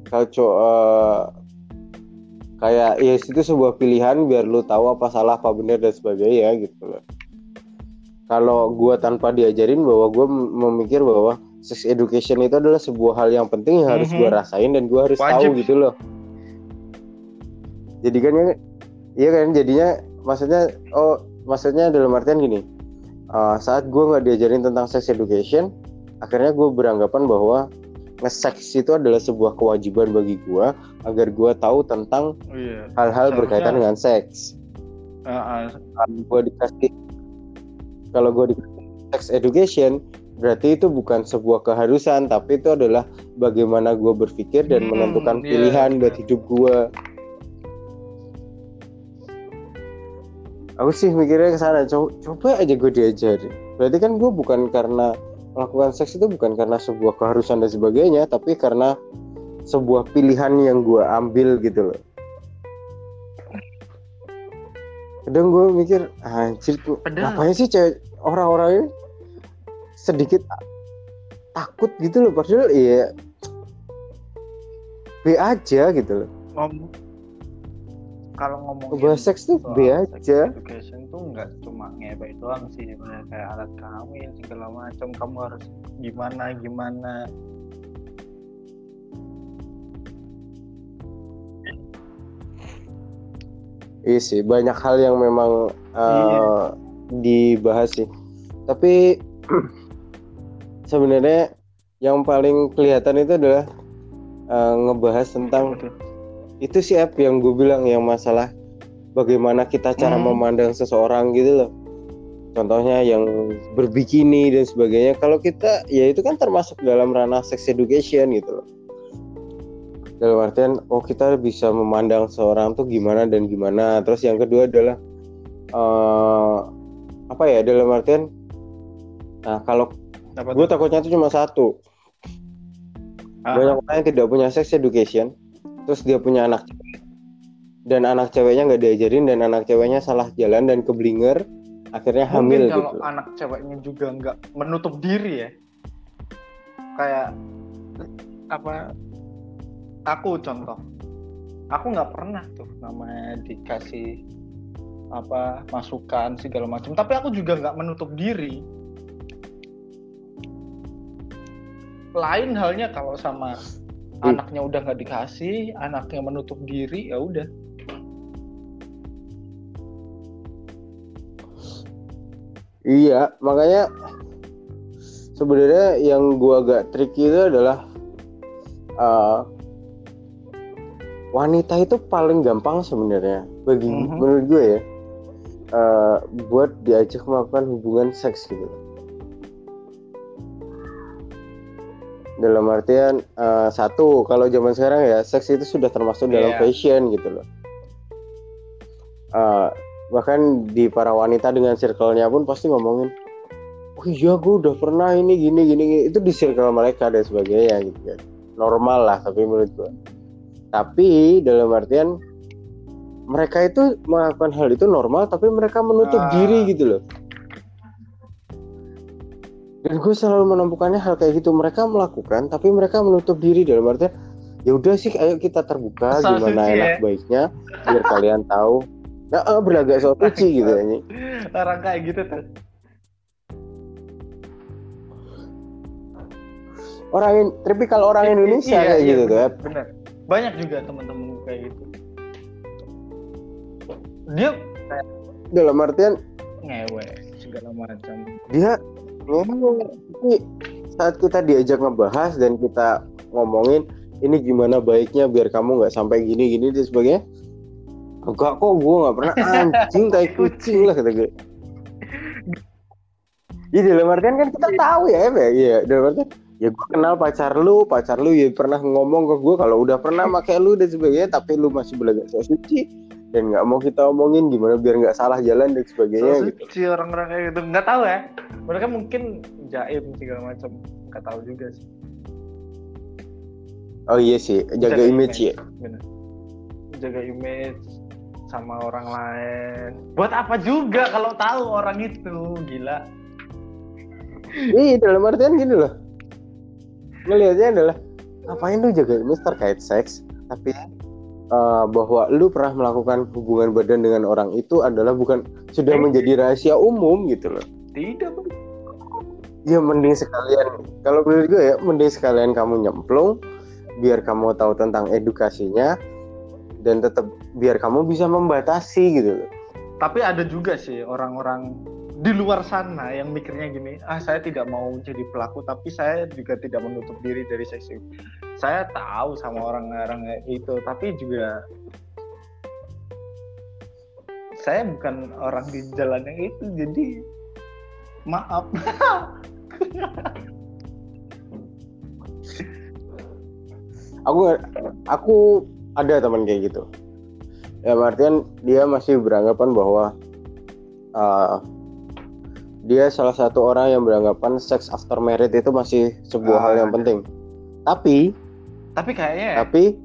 kayak ya itu sebuah pilihan biar lu tahu apa salah apa benar dan sebagainya gitu loh. Kalau gue tanpa diajarin, bahwa gue memikir bahwa sex education itu adalah sebuah hal yang penting yang harus gue rasain dan gue harus tahu gitu loh. Jadi kan iya kan, jadinya maksudnya dalam artian gini, saat gue nggak diajarin tentang sex education, akhirnya gue beranggapan bahwa nge-sex itu adalah sebuah kewajiban bagi gue agar gue tahu tentang hal-hal berkaitan dengan seks. Kalau gue dikasih sex education, berarti itu bukan sebuah keharusan, tapi itu adalah bagaimana gue berpikir dan menentukan pilihan buat hidup gue. Aku sih mikirnya ke sana, coba aja gue diajarin. Berarti kan gue bukan karena melakukan seks itu bukan karena sebuah keharusan dan sebagainya, tapi karena sebuah pilihan yang gue ambil gitu loh. Kadang gue mikir, anjir, ngapain sih orang-orang ini sedikit takut gitu loh, padahal ya B aja gitu loh. Kalau ngomongin bahas seks tuh B aja. Education tuh nggak cuma ngebay doang sih sebenarnya, kayak alat kelamin segala macam, kamu harus gimana. Iya sih, banyak hal yang memang dibahas sih. Tapi sebenarnya yang paling kelihatan itu adalah ngebahas tentang itu sih app yang gue bilang, yang masalah bagaimana kita cara memandang seseorang gitu loh. Contohnya yang berbikini dan sebagainya. Kalau kita, ya itu kan termasuk dalam ranah sex education gitu loh. Dalam artian, kita bisa memandang seorang tuh gimana dan gimana. Terus yang kedua adalah dalam artian, nah kalau gue takutnya itu cuma satu. Banyak orang yang tidak punya sex education, terus dia punya anak cewek, dan anak ceweknya nggak diajarin, dan anak ceweknya salah jalan dan keblinger, akhirnya hamil. Mungkin kalau gitu. Anak ceweknya juga nggak menutup diri ya, kayak apa? Aku contoh, aku nggak pernah tuh namanya dikasih masukan segala macam, tapi aku juga nggak menutup diri. Lain halnya kalau sama anaknya udah nggak dikasih, anaknya menutup diri, ya udah. Iya, makanya sebenarnya yang gua agak tricky itu adalah wanita itu paling gampang sebenarnya bagi menurut gue ya, buat diajak melakukan hubungan seks gitu. Dalam artian satu, kalau zaman sekarang ya seks itu sudah termasuk dalam fashion gitu loh. Bahkan di para wanita dengan circle-nya pun pasti ngomongin, oh iya gue udah pernah ini gini, itu di circle mereka dan sebagainya gitu kan. Normal lah tapi menurut gue. Tapi dalam artian mereka itu melakukan hal itu normal, tapi mereka menutup diri gitu loh. Dan gue selalu menemukannya hal kayak gitu, mereka melakukan tapi mereka menutup diri. Dalam artian, ya udah sih, ayo kita terbuka gimana enak baiknya biar kalian tahu. Berlagak so suci gitu ya. Orang kayak gitu tuh. Tipikal orang Indonesia kayak gitu tuh ya. Bener. Banyak juga teman-teman kayak gitu. Dia dalam artian ngewe segala macam. Dia ngomong, tapi saat kita diajak ngebahas dan kita ngomongin ini gimana baiknya biar kamu nggak sampai gini dan sebagainya, enggak kok, gue nggak pernah, anjing tai kucing lah kata gue. Jadi dalam artian kan kita tahu ya dalam artian ya gue kenal pacar lu ya pernah ngomong ke gue kalau udah pernah pakai lu dan sebagainya, tapi lu masih berlagak so suci dan nggak mau kita omongin gimana biar nggak salah jalan dan sebagainya. So suci gitu. Orang-orang kayak gitu nggak tahu ya, mereka mungkin jaim segala macam, nggak tahu juga sih. Oh iya sih, jaga image ya. Bener. Jaga image sama orang lain. Buat apa juga kalau tahu orang itu, gila. Iya, dalam artian gini loh. Ngelihatnya adalah ngapain lu jaga image terkait seks, tapi bahwa lu pernah melakukan hubungan badan dengan orang itu adalah bukan sudah menjadi rahasia umum gitu loh. Tidak. Ya mending sekalian, kalau menurut gue ya mending sekalian kamu nyemplung biar kamu tahu tentang edukasinya dan tetap biar kamu bisa membatasi gitu loh. Tapi ada juga sih orang-orang di luar sana yang mikirnya gini, saya tidak mau jadi pelaku tapi saya juga tidak menutup diri dari seks. Saya tahu sama orang-orang itu, tapi juga saya bukan orang di jalan yang itu, jadi maaf. Aku ada teman kayak gitu. Ya artian dia masih beranggapan bahwa dia salah satu orang yang beranggapan sex after marriage itu masih sebuah hal yang penting. Tapi kayaknya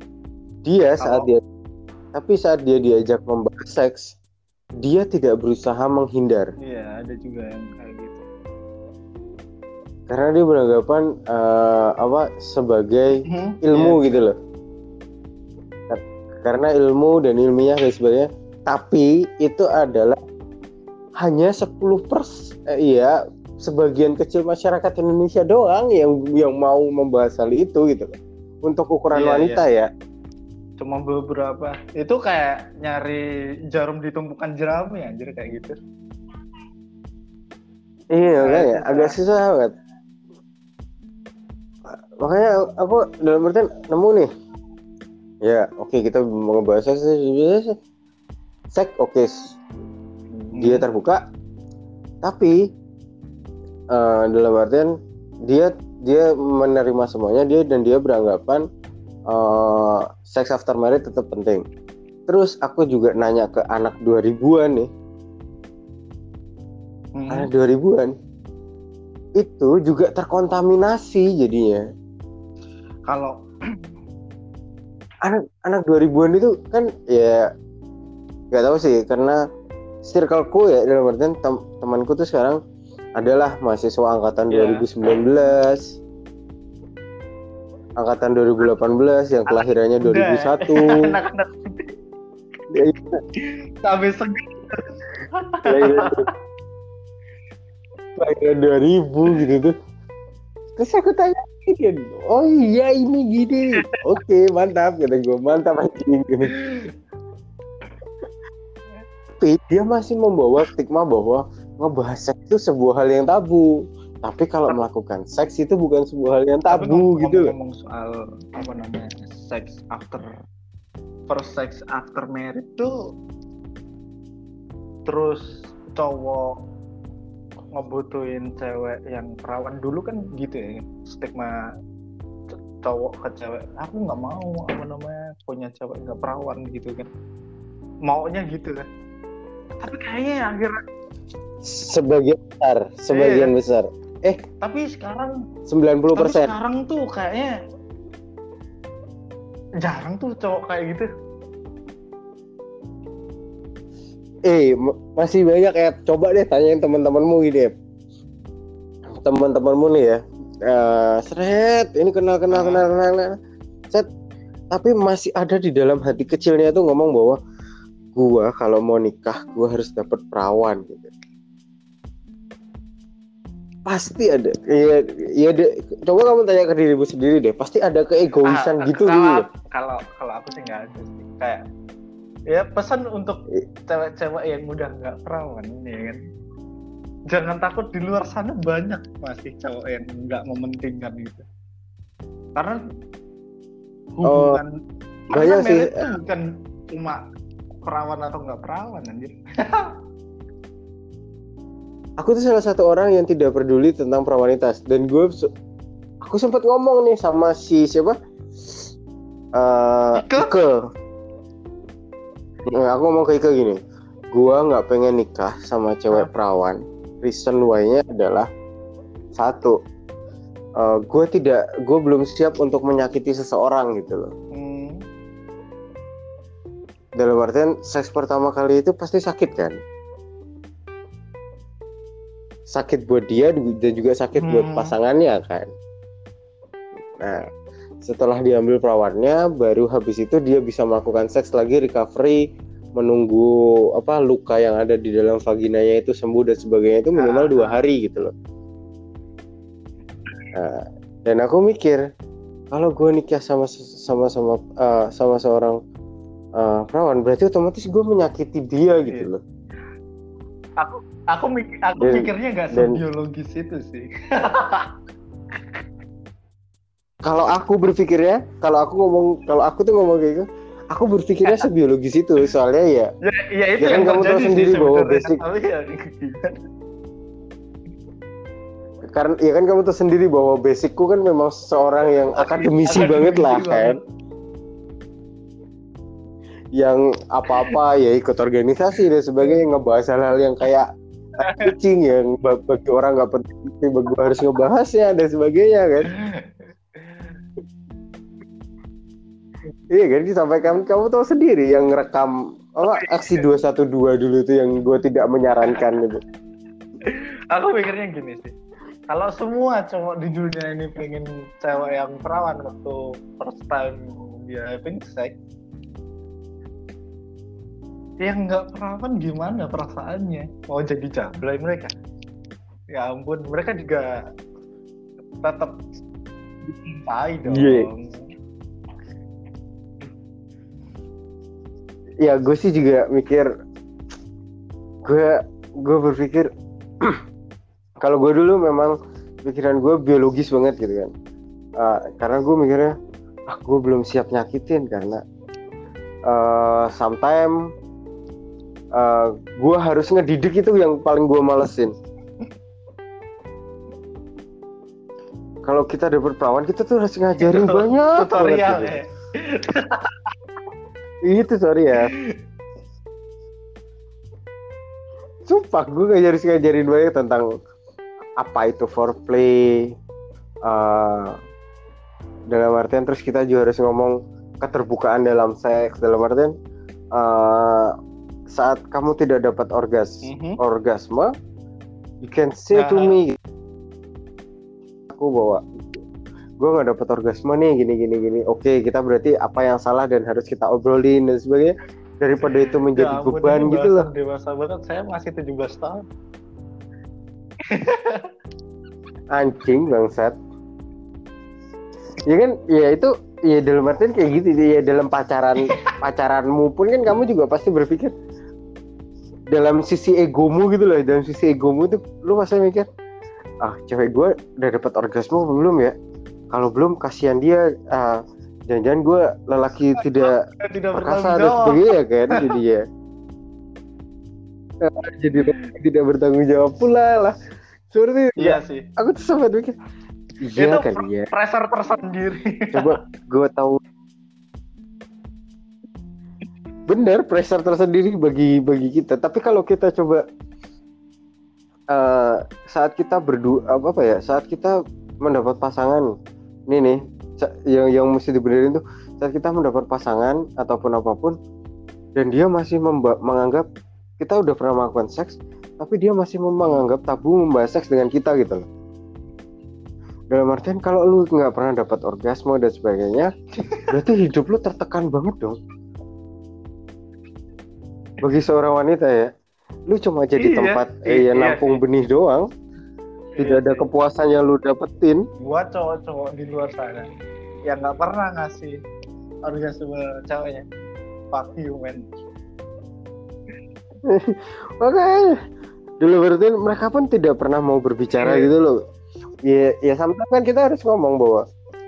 saat dia diajak membahas seks, dia tidak berusaha menghindar. Iya, ada juga yang kayak gitu. Karena dia beranggapan sebagai ilmu gitu loh. Karena ilmu dan ilmiah dan sebagainya. Tapi itu adalah hanya 10%, sebagian kecil masyarakat Indonesia doang yang mau membahas hal itu gitu loh. Untuk ukuran wanita ya. Cuma beberapa. Itu kayak nyari jarum di tumpukan jerami anjir kayak gitu. Iya, makanya agak susah banget. Makanya aku dalam artian nemu nih. Ya, oke, kita mau ngebahas seks, oke. Dia terbuka. Tapi dalam artian dia menerima semuanya, dia beranggapan sex after marriage tetap penting. Terus aku juga nanya ke anak 2000-an nih. Anak 2000-an itu juga terkontaminasi jadinya. Kalau anak 2000-an itu kan ya nggak tahu sih, karena circleku ya dalam artian temanku tuh sekarang adalah mahasiswa angkatan 2019, angkatan 2018 yang kelahirannya 2001. Anak-anak sampai segitu. Kelahiran 2000 gitu tuh. Terus aku tanya, oh iya ini gini. Oke, mantap kata gue, mantap anjing. Tapi dia masih membawa stigma bahwa ngebahas seks itu sebuah hal yang tabu. Tapi kalau melakukan seks itu bukan sebuah hal yang tabu gitu loh. Ngomong soal sex after marriage tuh, terus cowok ngebutuhin cewek yang perawan dulu kan gitu ya, stigma cowok ke cewek, aku nggak mau punya cewek nggak perawan gitu kan, maunya gitu kan. Tapi kayaknya akhirnya sebagian besar. Tapi sekarang 90%. Tapi sekarang tuh kayaknya jarang tuh cowok kayak gitu. Masih banyak ya. Coba deh tanyain teman-temanmu gitu ya. Teman-temanmu nih ya. Ini kenal. Set. Tapi masih ada di dalam hati kecilnya tuh ngomong bahwa gua kalau mau nikah gua harus dapat perawan gitu. Pasti ada. Iya deh. Coba kamu tanya ke dirimu sendiri deh. Pasti ada keegoisan gitu dulu. Kalau aku sih nggak ada sih. Kayak ya pesan untuk cewek-cewek yang udah nggak perawan ya kan. Jangan takut, di luar sana banyak masih cowok yang nggak mementingkan gitu. Karena hubungan banyak sih. Itu bukan cuma perawan atau nggak perawan anjir. Aku tuh salah satu orang yang tidak peduli tentang perawanitas, dan aku sempat ngomong nih sama si siapa? Ike. Aku ngomong ke Ike gini, gua nggak pengen nikah sama cewek perawan. Reason why-nya adalah satu, gue belum siap untuk menyakiti seseorang gitu loh. Dalam artian seks pertama kali itu pasti sakit kan, sakit buat dia dan juga sakit buat pasangannya kan. Nah setelah diambil perawannya, baru habis itu dia bisa melakukan seks lagi, recovery, menunggu luka yang ada di dalam vaginanya itu sembuh dan sebagainya, itu minimal 2 hari gitu loh. Nah, dan aku mikir kalau gue nikah sama seorang perawan, berarti otomatis gue menyakiti dia gitu loh. Aku mikirnya nggak sebiologis itu sih. Kalau aku tuh ngomong kayak gitu, aku berpikirnya sebiologis itu, soalnya ya itu ya kan kamu tahu sendiri bahwa basic. Karena kamu tahu sendiri bahwa basicku kan memang seorang yang akademisi banget lah kan. Yang apa-apa ya ikut organisasi dan sebagainya, ngebahas hal-hal yang kayak kucing yang bagi orang nggak penting, bagi harus ngebahasnya dan sebagainya kan. Iya kan, sampai kamu tahu sendiri yang ngerekam aksi 212 dulu tuh yang gue tidak menyarankan gitu. Aku mikirnya gini sih, kalau semua cowok di dunia ini pengen cewek yang perawan waktu first time dia having sex, yang nggak perawan gimana perasaannya? Mau jadi jablay mereka? Ya ampun, mereka juga tetap dicintai dong. Ya gue sih juga mikir, gue berpikir kalau gue dulu memang pikiran gue biologis banget gitu kan, karena gue mikirnya gue belum siap nyakitin karena sometimes gue harus ngedidik, itu yang paling gue malesin. Kalau kita dapet perawan, kita tuh harus ngajarin banyak tutorial ya. Itu sorry ya. Sumpah gue harus ngajarin banyak tentang apa itu foreplay, dalam artian, terus kita juga harus ngomong keterbukaan dalam seks, dalam artian saat kamu tidak dapat orgasme, you can say to me, aku bawa gue nggak dapat orgasme nih, gini. Oke, kita berarti apa yang salah dan harus kita obrolin dan sebagainya, daripada itu menjadi beban gitu loh. Dewasa banget, saya masih 17 tahun. Anjing bangsat. Ya kan, ya itu, ya dalam artian kayak gitu ya, dalam pacaranmu pun kan kamu juga pasti berpikir dalam sisi egomu gitu loh. Dalam sisi egomu itu lu pasti mikir, cewek gue udah dapat orgasme belum ya? Kalau belum, kasihan dia, jangan-jangan gue lelaki tidak perkasa dan sebagainya kan. Jadi tidak bertanggung jawab pula lah. Seperti iya sih. Aku tuh sempat mikir, iya kan ya. Pressure tersendiri. Coba gue tahu. Bener, pressure tersendiri bagi kita. Tapi kalau kita coba saat kita saat kita mendapat pasangan, ini nih yang mesti dibenerin tuh, saat kita mendapat pasangan ataupun apapun dan dia masih menganggap kita udah pernah melakukan seks, tapi dia masih menganggap tabu membahas seks dengan kita gitu loh. Dalam artian, kalau lu nggak pernah dapat orgasme dan sebagainya, berarti hidup lu tertekan banget dong. Bagi seorang wanita ya, lu cuma jadi tempat nampung benih doang. Tidak ada kepuasan yang lu dapetin. Buat cowok-cowok di luar sana yang nggak pernah ngasih orgasme ceweknya, fuck you man. Makanya dulu berarti mereka pun tidak pernah mau berbicara gitu loh. Ya sometimes kan kita harus ngomong bahwa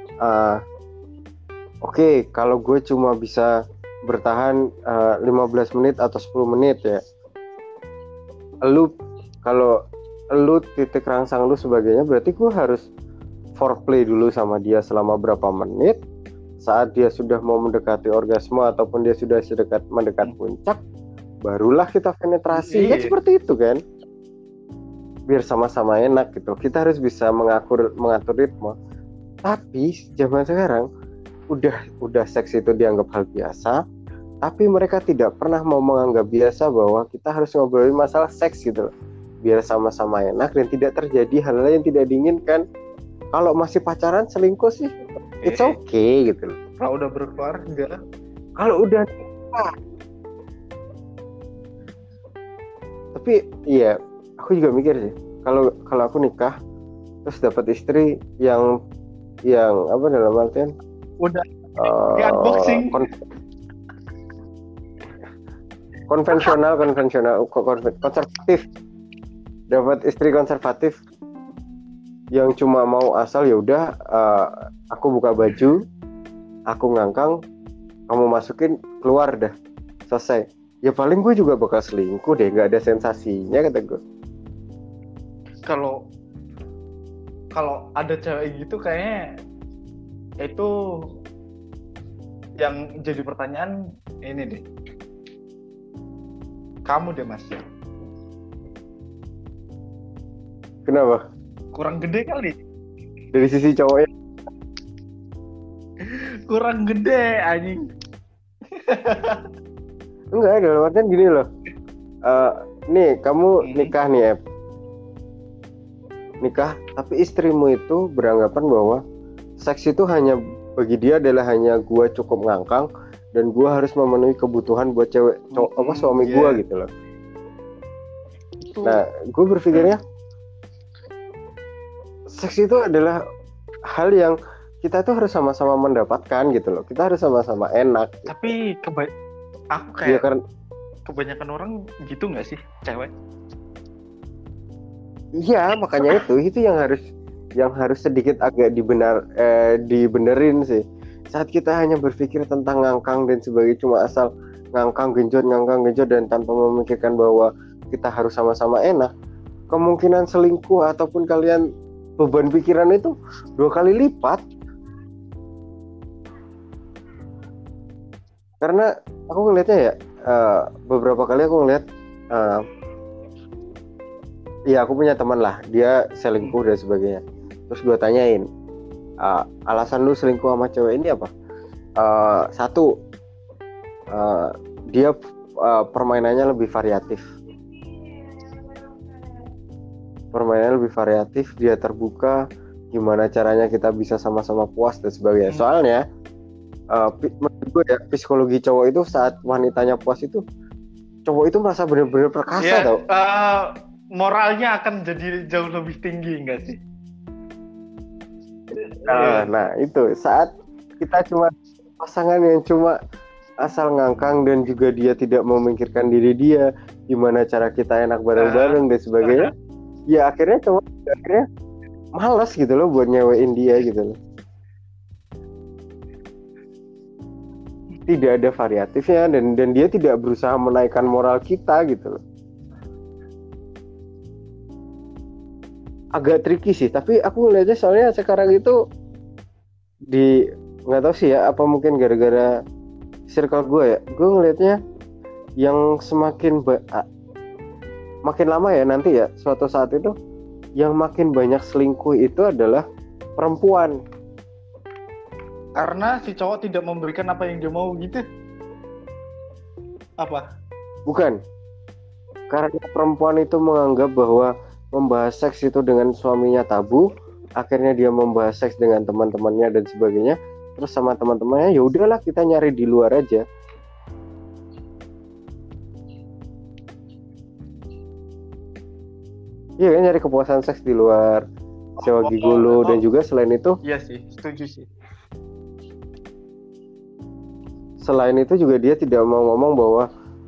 oke, kalau gue cuma bisa bertahan 15 menit atau 10 menit ya, kalau lu titik rangsang lu sebagainya, berarti gue harus foreplay dulu sama dia selama berapa menit. Saat dia sudah mau mendekati orgasme ataupun dia sudah mendekat puncak, barulah kita penetrasi. Kan seperti itu kan. biar sama-sama enak gitu. Kita harus bisa mengatur ritme. Tapi zaman sekarang udah seks itu dianggap hal biasa, tapi mereka tidak pernah mau menganggap biasa bahwa kita harus ngobrolin masalah seks gitu loh. Biar sama-sama enak dan tidak terjadi hal-hal yang tidak diinginkan. Kalau masih pacaran selingkuh sih it's okay gitu loh. Kalau udah berkeluarga, Kalau udah nikah. Tapi iya, aku juga mikir sih. Kalau aku nikah terus dapat istri yang apa dalam artian udah di unboxing. konvensional konservatif, dapat istri konservatif yang cuma mau asal ya udah aku buka baju, aku ngangkang, kamu masukin, keluar dah, selesai. Ya paling gue juga bakal selingkuh deh, nggak ada sensasinya kata gue. Kalau ada cewek gitu kayaknya itu yang jadi pertanyaan ini deh. Kamu deh Mas. Kenapa? Kurang gede kali. Dari sisi cowoknya? Kurang gede anjing. Enggak, dalam artian gini loh. Nih kamu nikah nih Ep. Nikah, tapi istrimu itu beranggapan bahwa seks itu hanya bagi dia adalah hanya gua cukup ngangkang dan gua harus memenuhi kebutuhan buat suami gua gitu loh. Nah, gue berpikirnya seks itu adalah hal yang kita tuh harus sama-sama mendapatkan gitu loh. Kita harus sama-sama enak. Gitu. Tapi aku kayak ya, karena kebanyakan orang gitu nggak sih cewek? Iya, makanya itu yang harus sedikit agak dibenerin sih. Saat kita hanya berpikir tentang ngangkang dan sebagainya, cuma asal ngangkang genjot dan tanpa memikirkan bahwa kita harus sama-sama enak, kemungkinan selingkuh ataupun kalian beban pikiran itu 2 kali lipat. Karena aku ngelihatnya ya, beberapa kali aku ngelihat ya aku punya teman lah, dia selingkuh dan sebagainya. Terus gue tanyain, alasan lu selingkuh sama cewek ini apa? Satu, dia permainannya lebih variatif. Dia terbuka, gimana caranya kita bisa sama-sama puas dan sebagainya. Soalnya menurut gue ya, psikologi cowok itu saat wanitanya puas itu, cowok itu merasa benar-benar perkasa tau. Moralnya akan jadi jauh lebih tinggi enggak sih? Nah itu saat kita cuma pasangan yang cuma asal ngangkang dan juga dia tidak memikirkan diri dia, gimana cara kita enak bareng-bareng dan sebagainya. Ya akhirnya cowok malas gitu loh buat nyewein dia gitu loh. Tidak ada variatifnya dan dia tidak berusaha menaikkan moral kita gitu loh. Agak tricky sih, tapi aku ngeliatnya soalnya sekarang itu nggak tahu sih ya, apa mungkin gara-gara circle gue ya, gue ngeliatnya yang makin lama ya nanti ya, suatu saat itu yang makin banyak selingkuh itu adalah perempuan. Karena si cowok tidak memberikan apa yang dia mau gitu. Apa? Bukan. Karena perempuan itu menganggap bahwa membahas seks itu dengan suaminya tabu, akhirnya dia membahas seks dengan teman-temannya dan sebagainya. Terus sama teman-temannya, ya udahlah kita nyari di luar aja. Iya kan, nyari kepuasan seks di luar, sewa gigolo dan juga selain itu. Iya sih, setuju sih. Selain itu juga dia tidak mau ngomong bahwa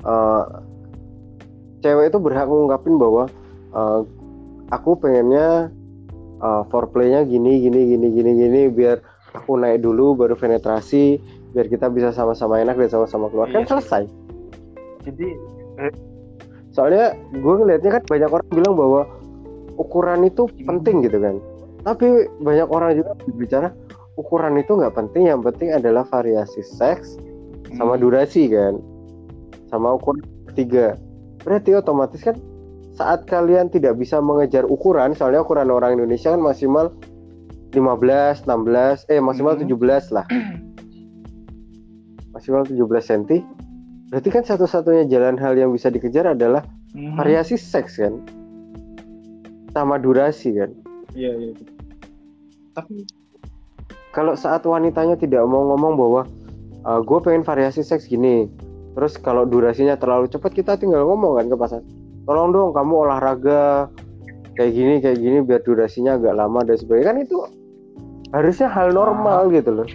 cewek itu berhak ngungkapin bahwa aku pengennya foreplay-nya gini biar aku naik dulu baru penetrasi, biar kita bisa sama-sama enak dan sama-sama keluar. Kan selesai. Jadi soalnya gue ngelihatnya kan banyak orang bilang bahwa ukuran itu penting gitu kan. Tapi banyak orang juga berbicara ukuran itu nggak penting, yang penting adalah variasi seks sama durasi kan, sama ukuran ketiga. Berarti otomatis kan saat kalian tidak bisa mengejar ukuran, soalnya ukuran orang Indonesia kan maksimal 15, 16, maksimal 17 lah. Maksimal 17 cm. Berarti kan satu-satunya jalan hal yang bisa dikejar adalah variasi seks kan? Sama durasi kan? Iya. Tapi kalau saat wanitanya tidak mau ngomong bahwa gue pengen variasi seks gini, terus kalau durasinya terlalu cepat, kita tinggal ngomong kan ke pasangan, tolong dong kamu olahraga kayak gini biar durasinya agak lama dan sebagainya. Kan itu harusnya hal normal gitu loh,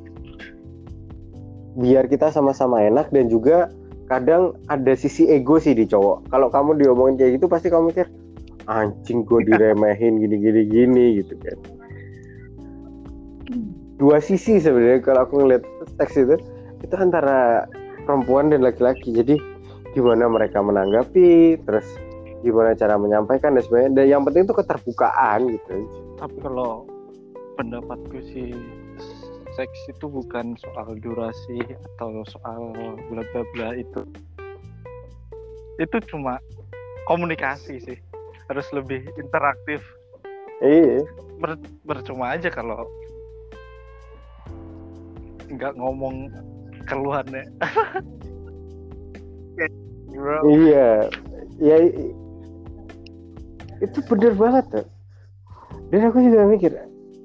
biar kita sama-sama enak. Dan juga kadang ada sisi ego sih di cowok. Kalau kamu diomongin kayak gitu pasti kamu mikir, anjing gue diremehin gini gitu kan. Dua sisi sebenarnya kalau aku ngeliat teks itu antara perempuan dan laki-laki. Jadi gimana mereka menanggapi, terus gimana cara menyampaikan dan sebagainya. Dan yang penting itu keterbukaan gitu. Tapi kalau pendapatku sih, seks itu bukan soal durasi atau soal bla bla bla, itu cuma komunikasi sih, harus lebih interaktif. Iya. Bercuma aja kalau nggak ngomong keluhannya. Iya, ya itu bener banget tuh. Dan aku juga mikir,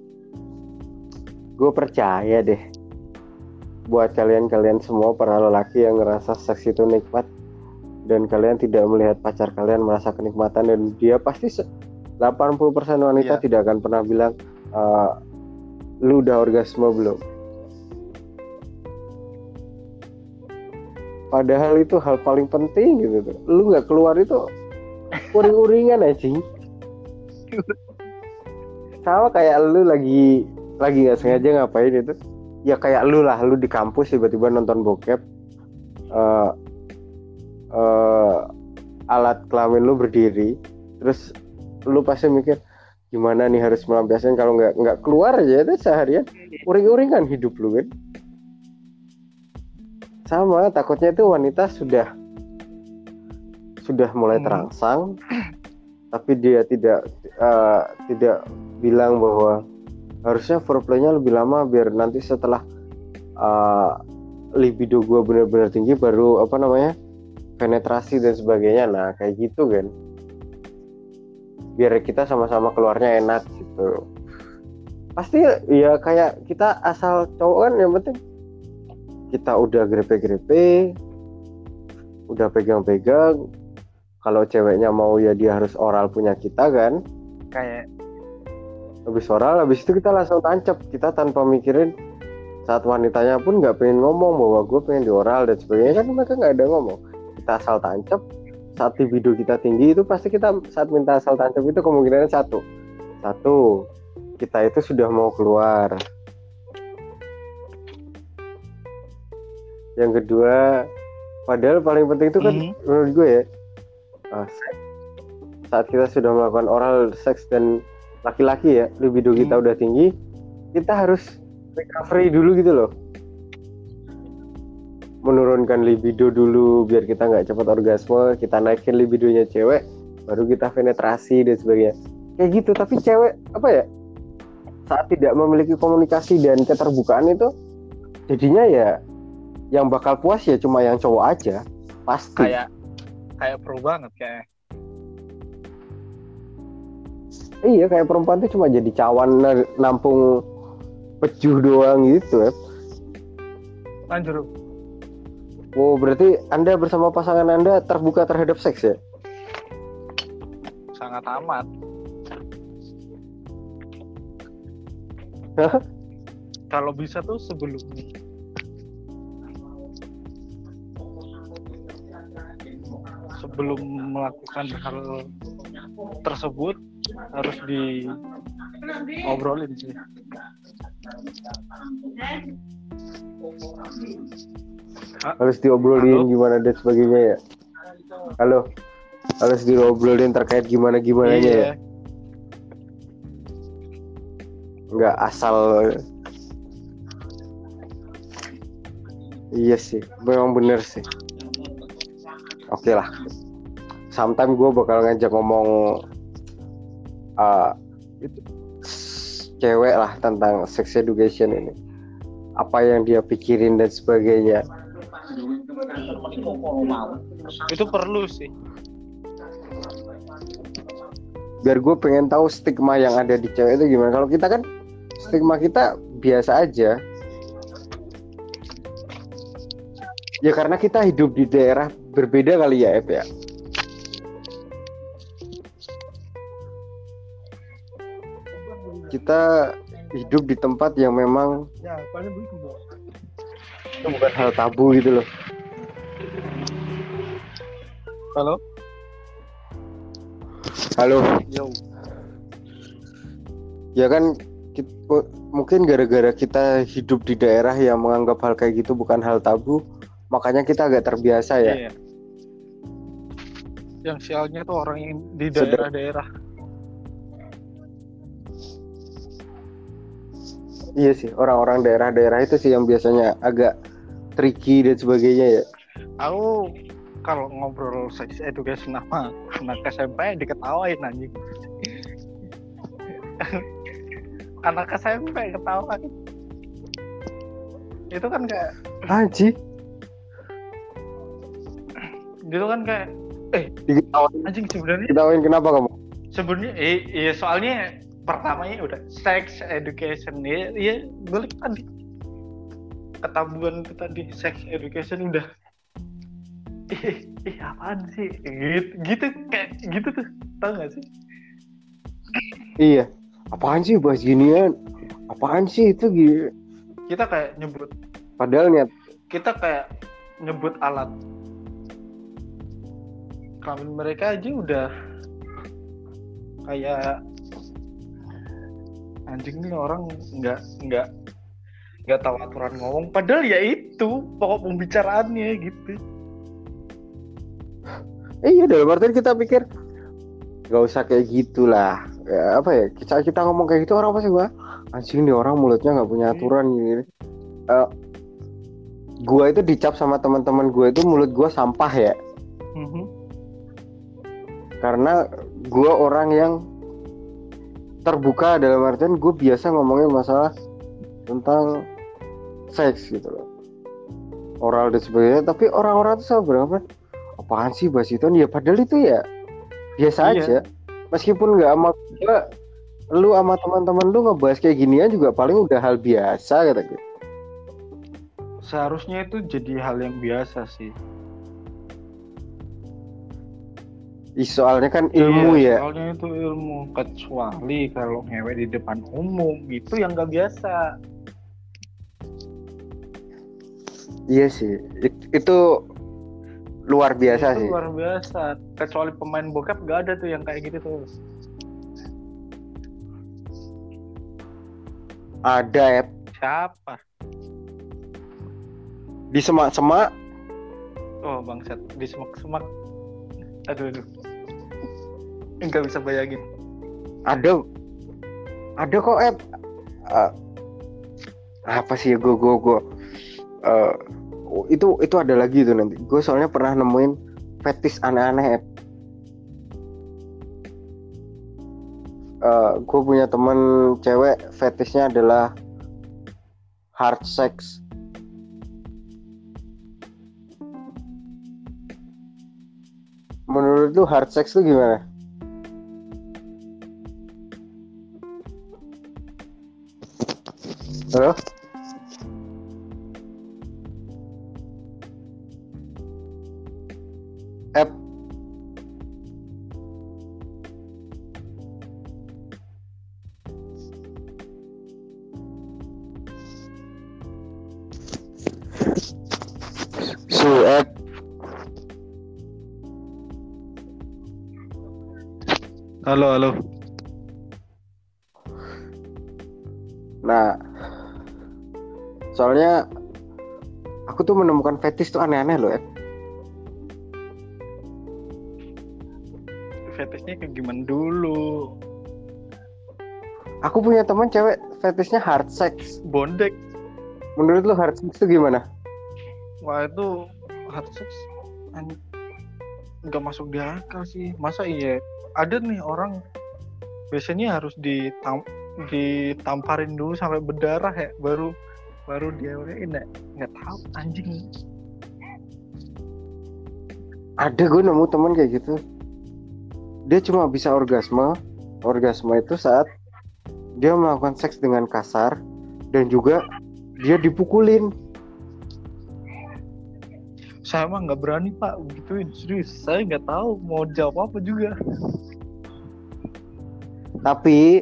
gue percaya deh buat kalian semua para lelaki yang ngerasa seks itu nikmat, dan kalian tidak melihat pacar kalian merasa kenikmatan, dan dia pasti 80% wanita tidak akan pernah bilang lu udah orgasme belum. Padahal itu hal paling penting gitu tuh. Lu nggak keluar itu uring-uringan aja. Sama kayak lu lagi nggak sengaja ngapain itu. Ya kayak lu lah, lu di kampus tiba-tiba nonton bokep, alat kelamin lu berdiri, terus lu pasti mikir gimana nih harus melampiaskan. Kalau nggak keluar aja itu seharian uring-uringan hidup lu kan. Sama, takutnya itu wanita sudah mulai terangsang, tapi dia tidak bilang bahwa harusnya foreplaynya lebih lama biar nanti setelah libido gue benar-benar tinggi baru penetrasi dan sebagainya. Nah kayak gitu kan, biar kita sama-sama keluarnya enak gitu. Pasti ya kayak kita asal cowok kan, yang penting kita udah grepe-grepe, udah pegang-pegang. Kalau ceweknya mau ya dia harus oral punya kita kan. Kayak habis oral, habis itu kita langsung tancap. Kita tanpa mikirin, saat wanitanya pun nggak pengen ngomong bahwa gue pengen di oral dan sebagainya, kan mereka nggak ada ngomong. Kita asal tancap. Saat libido kita tinggi itu pasti kita saat minta asal tancap itu kemungkinannya satu, kita itu sudah mau keluar. Yang kedua, padahal paling penting itu kan menurut gue ya, saat kita sudah melakukan oral seks dan laki-laki ya, libido kita udah tinggi, kita harus recovery dulu gitu loh, menurunkan libido dulu biar kita nggak cepat orgasme. Kita naikin libidonya cewek, baru kita penetrasi dan sebagainya kayak gitu. Tapi cewek saat tidak memiliki komunikasi dan keterbukaan itu, jadinya ya yang bakal puas ya cuma yang cowok aja pasti. Kayak pro banget kayak. Iya, kayak perempuan tuh cuma jadi cawan nampung pejuh doang gitu ya. Lanjut. Oh, berarti Anda bersama pasangan Anda terbuka terhadap seks ya? Sangat amat. Kalau bisa tuh sebelum melakukan hal tersebut harus diobrolin sih. Harus diobrolin gimana dan sebagainya ya. Halo. Harus diobrolin terkait gimana-gimananya ya. Enggak asal. Iya sih, memang bener sih. Oke lah. sometimes gue bakal ngajak ngomong Itu cewek lah tentang sex education ini, apa yang dia pikirin dan sebagainya. itu perlu sih. Biar gue pengen tahu stigma yang ada di cewek itu gimana. Kalau kita kan stigma kita biasa aja ya, karena kita hidup di daerah berbeda kali ya, Ep ya. Kita hidup di tempat yang memang itu bukan hal tabu gitu loh. Halo. Yo. Ya kan mungkin gara-gara kita hidup di daerah yang menganggap hal kayak gitu bukan hal tabu, makanya kita agak terbiasa ya. Iya. Yang sialnya tuh orang yang di daerah-daerah. Iya sih, orang-orang daerah-daerah itu sih yang biasanya agak tricky dan sebagainya ya. Aku kalau ngobrol sex education sama anak SMP diketawain anjing. Anak SMP ketawa. Itu kan kayak Haji gitu kan kayak diketawain. anjing sebenarnya. Diketawain kenapa kamu? Sebenarnya iya soalnya pertamanya udah sex education ya balik tadi. Ketabuhan itu tadi sex education udah apaan sih gitu kayak gitu tuh, tau gak sih? Iya, apaan sih bahas ginian, apaan sih itu gitu. Kita kayak nyebut, padahal niat kita kayak nyebut alat kelamin mereka aja udah kayak anjing nih orang nggak tahu aturan ngomong, padahal ya itu pokok pembicaraannya gitu. iya, dalam artian kita pikir gak usah kayak gitulah ya, apa ya, kita ngomong kayak gitu orang pasti gua anjing nih orang mulutnya nggak punya aturan gini. Gua itu dicap sama teman-teman gua itu mulut gua sampah ya. Karena gua orang yang terbuka, dalam artian gue biasa ngomongin masalah tentang seks gitu loh, oral dan sebagainya, tapi orang-orang tuh sama berapa apaan sih bahas itu ya, padahal itu ya biasa aja. Meskipun nggak sama gue, lu sama teman-teman lu ngebahas kayak ginian juga paling udah hal biasa kata gue. Seharusnya itu jadi hal yang biasa sih. Soalnya kan ilmu ya. Soalnya itu ilmu, kecuali kalau ngewe di depan umum itu yang nggak biasa. Iya sih, itu luar biasa itu sih. Luar biasa. Kecuali pemain bokep nggak ada tuh yang kayak gitu tuh. Ada ya. Siapa? Di semak-semak. Oh bangsat, di semak-semak. Aduh. Enggak bisa bayangin. Ada kok apa sih ya, gue itu ada lagi tuh nanti. Gue soalnya pernah nemuin fetis aneh-aneh. Gue punya temen cewek fetisnya adalah hard sex. Menurut lu hard sex tuh gimana? Halo? Halo. Nah, soalnya aku tuh menemukan fetis tuh aneh-aneh loh. Fetisnya kayak gimana dulu? Aku punya teman cewek fetisnya hard sex. Bondek. Menurut lu hard sex itu gimana? Wah itu hard sex nggak masuk di akal sih. Masa iya ada nih orang biasanya harus ditamparin dulu sampai berdarah ya baru dia nggak tahu anjing. Ada gue nemu temen kayak gitu, dia cuma bisa orgasme itu saat dia melakukan seks dengan kasar dan juga dia dipukulin. Saya mah nggak berani pak gituin, serius saya nggak tahu mau jawab apa juga. Tapi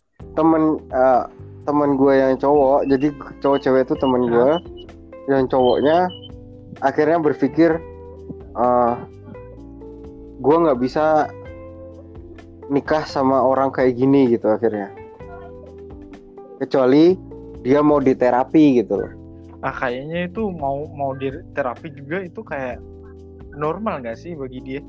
teman gue yang cowok, jadi cowok cewek itu teman gue, yang cowoknya akhirnya berpikir gue nggak bisa nikah sama orang kayak gini gitu akhirnya, kecuali dia mau diterapi gitu loh. Kayaknya itu mau di terapi juga itu kayak normal nggak sih bagi dia?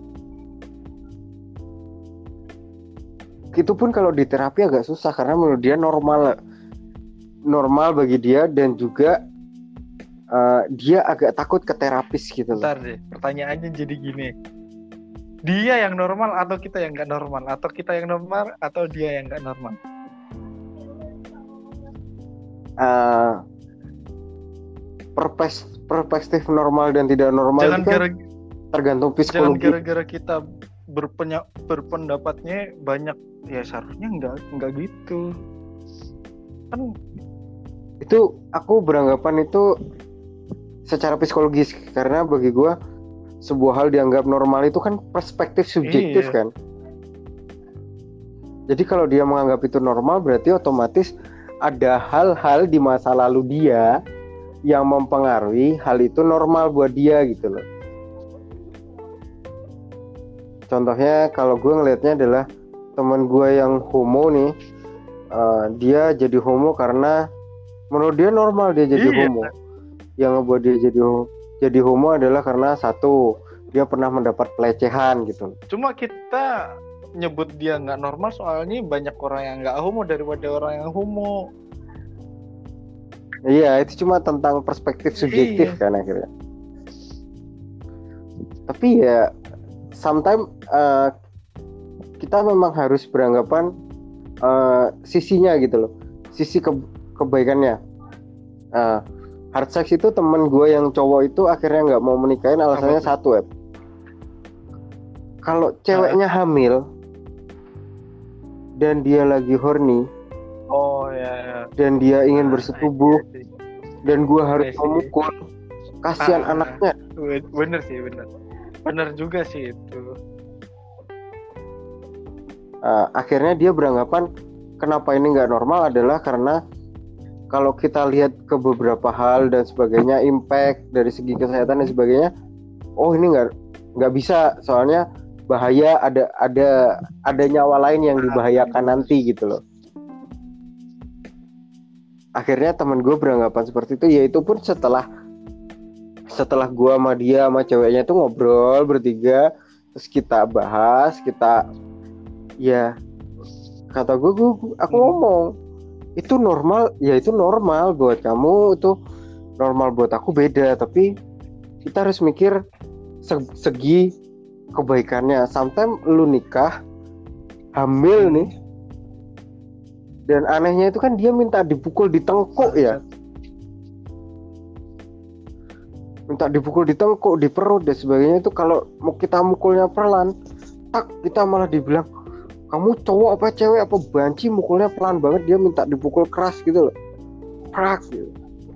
Itu pun kalau di terapi agak susah karena menurut dia normal bagi dia, dan juga dia agak takut ke terapis gitu loh. Bentar deh, pertanyaannya jadi gini, dia yang normal atau kita yang nggak normal, atau kita yang normal atau dia yang nggak normal? Perspektif normal dan tidak normal itu kan tergantung psikologi. Jangan gara-gara kita berpendapatnya banyak, ya seharusnya nggak gitu kan. Itu aku beranggapan itu secara psikologis, karena bagi gue sebuah hal dianggap normal itu kan perspektif subjektif. Iya. Kan, jadi kalau dia menganggap itu normal berarti otomatis ada hal-hal di masa lalu dia yang mempengaruhi hal itu normal buat dia gitu loh. Contohnya kalau gue ngelihatnya adalah teman gue yang homo nih, dia jadi homo karena menurut dia normal dia jadi homo. Yang ngebuat dia jadi homo adalah karena satu, dia pernah mendapat pelecehan gitu. Cuma kita nyebut dia nggak normal soalnya banyak orang yang nggak homo daripada orang yang homo. Iya, itu cuma tentang perspektif subjektif kan akhirnya. Tapi ya sometimes kita memang harus beranggapan sisinya gitu loh, sisi kebaikannya. Hard sex itu temen gue yang cowok itu akhirnya nggak mau menikahin alasannya satu ya. Kalau ceweknya hamil dan dia lagi horny, dan dia ingin bersetubuh, dan gue harus memukul, kasihan anaknya. Bener sih, bener juga sih itu. Akhirnya dia beranggapan kenapa ini nggak normal adalah karena kalau kita lihat ke beberapa hal dan sebagainya, impact dari segi kesehatan dan sebagainya, oh ini nggak bisa, soalnya bahaya, ada nyawa lain yang dibahayakan nanti gitu loh. Akhirnya teman gue beranggapan seperti itu, yaitu pun setelah gue sama dia sama ceweknya itu ngobrol bertiga, terus kita bahas, ya kata aku ngomong itu normal, ya itu normal buat kamu, itu normal buat aku beda, tapi kita harus mikir segi kebaikannya. Sometimes lu nikah hamil nih, dan anehnya itu kan dia minta dipukul di tengkuk ya, minta dipukul di tengkuk, di perut dan sebagainya. Itu kalau mau kita mukulnya pelan, tak kita malah dibilang kamu cowok apa cewek apa banci mukulnya pelan banget, dia minta dipukul keras gitu loh, prak gitu.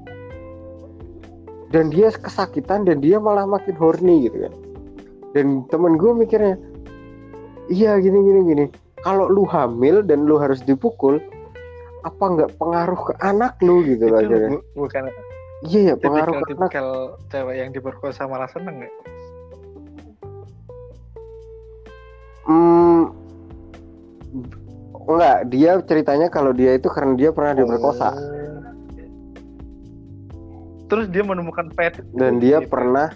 Dan dia kesakitan dan dia malah makin horny gitu kan. Dan temen gue mikirnya, iya gini, kalau lu hamil dan lu harus dipukul, apa nggak pengaruh ke anak lu gitu loh akhirnya. Bukan. Iya ya, pengaruh ke anak. Tipikal cewek yang diperkosa malah seneng nggak? Enggak, dia ceritanya kalau dia itu karena dia pernah diperkosa. Terus dia menemukan fetish dan dia pernah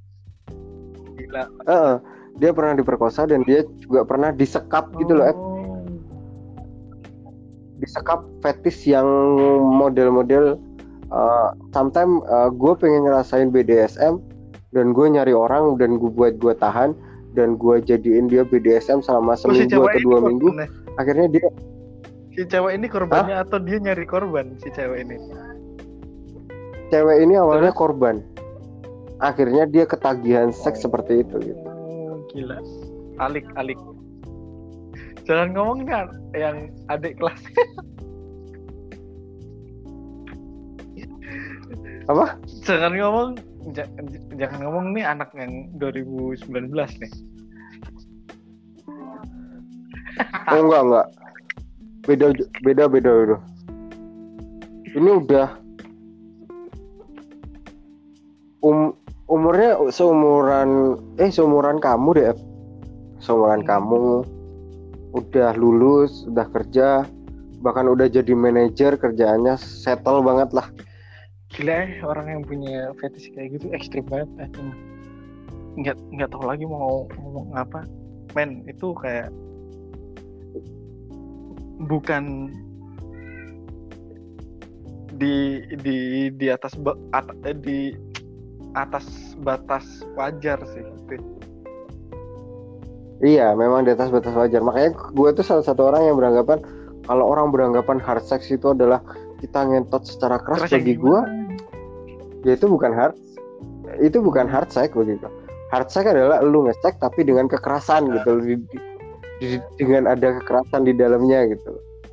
dia pernah diperkosa dan dia juga pernah disekap gitu loh, disekap fetish yang model-model. Sometimes gue pengen ngerasain BDSM dan gue nyari orang dan gue tahan, dan gue jadiin dia BDSM selama seminggu atau 2 minggu. Akhirnya dia, si cewek ini korbannya atau dia nyari korban si cewek ini? Cewek ini awalnya korban, akhirnya dia ketagihan seks seperti itu gitu. Gila, alik. Jangan ngomong kan yang adik kelas. Apa? Jangan ngomong nih anak yang 2019 nih. Oh enggak. Beda. Ini udah umurnya seumuran kamu deh. Seumuran kamu, udah lulus, udah kerja, bahkan udah jadi manajer, kerjaannya settle banget lah. Gila, orang yang punya fetish kayak gitu ekstrim banget. Nggak tahu lagi mau ngomong apa. Men, itu kayak bukan di atas batas wajar sih itu. Iya, memang di atas batas wajar. Makanya gue tuh salah satu orang yang beranggapan kalau orang beranggapan hard sex itu adalah kita ngentot secara keras, bagi gue ya itu bukan hard sex begitu. Hard sex adalah lu nge-sex tapi dengan kekerasan gitu, dengan ada kekerasan di dalamnya gitu.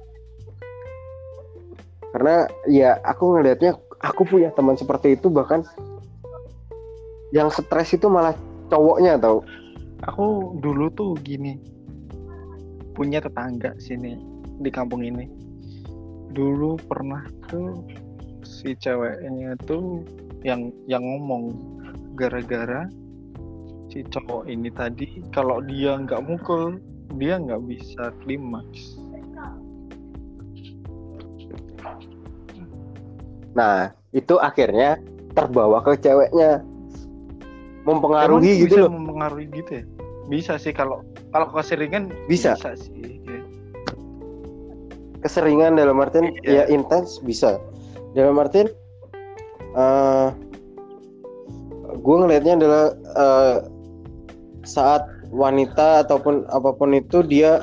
Karena ya aku ngelihatnya, aku punya teman seperti itu, bahkan yang stres itu malah cowoknya tau. Aku dulu tuh gini, punya tetangga sini di kampung ini. Dulu pernah tuh si ceweknya tuh yang ngomong gara-gara si cowok ini tadi kalau dia nggak mukul dia nggak bisa klimaks. Nah itu akhirnya terbawa ke ceweknya, mempengaruhi gitu loh. Mempengaruhi gitu ya? Bisa sih kalau keseringan bisa sih. Keseringan dalam artian ya intens bisa. Dalam artian gue ngelihatnya adalah saat wanita ataupun apapun itu dia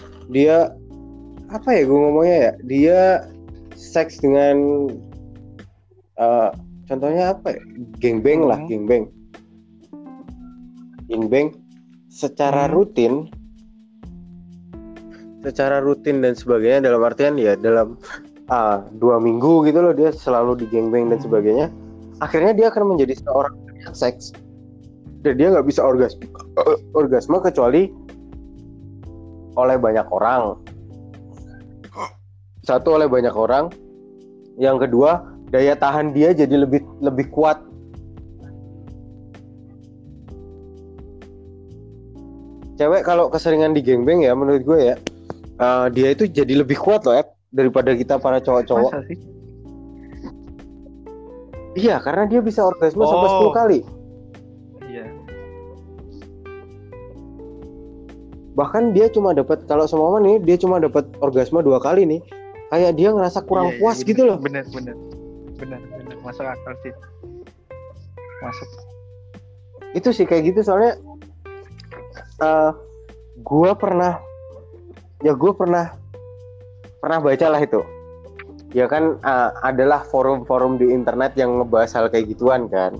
apa ya gue ngomongnya ya, dia seks dengan contohnya apa ya, gengbeng lah, gengbeng secara rutin dan sebagainya, dalam artian ya dalam 2 minggu gitu loh dia selalu di gengbeng dan sebagainya. Akhirnya dia akan menjadi seorang yang seks dan dia nggak bisa orgasme kecuali oleh banyak orang. Satu, oleh banyak orang. Yang kedua, daya tahan dia jadi lebih kuat. Cewek kalau keseringan di gengbeng ya menurut gue ya, dia itu jadi lebih kuat loh daripada kita para cowok-cowok. Masa sih? Iya, karena dia bisa orgasme sampai 10 kali. Iya. Bahkan dia cuma dapat, kalau semua nih dia cuma dapat orgasme 2 kali nih, kayak dia ngerasa kurang puas bener, gitu loh. Bener masuk akal sih. Masuk. Itu sih kayak gitu soalnya gue pernah baca lah itu. Ya kan adalah forum-forum di internet yang ngebahas hal kayak gituan kan.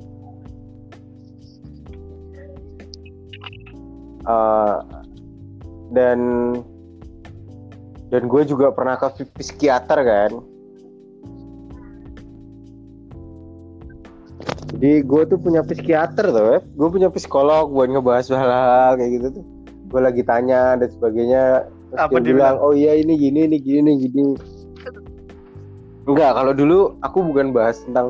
Dan gue juga pernah ke psikiater kan. Jadi gue tuh punya psikiater tuh, gue punya psikolog buat ngebahas hal-hal kayak gitu tuh. Gue lagi tanya dan sebagainya, terus apa dia bilang, oh iya ini gini. Enggak, kalau dulu aku bukan bahas tentang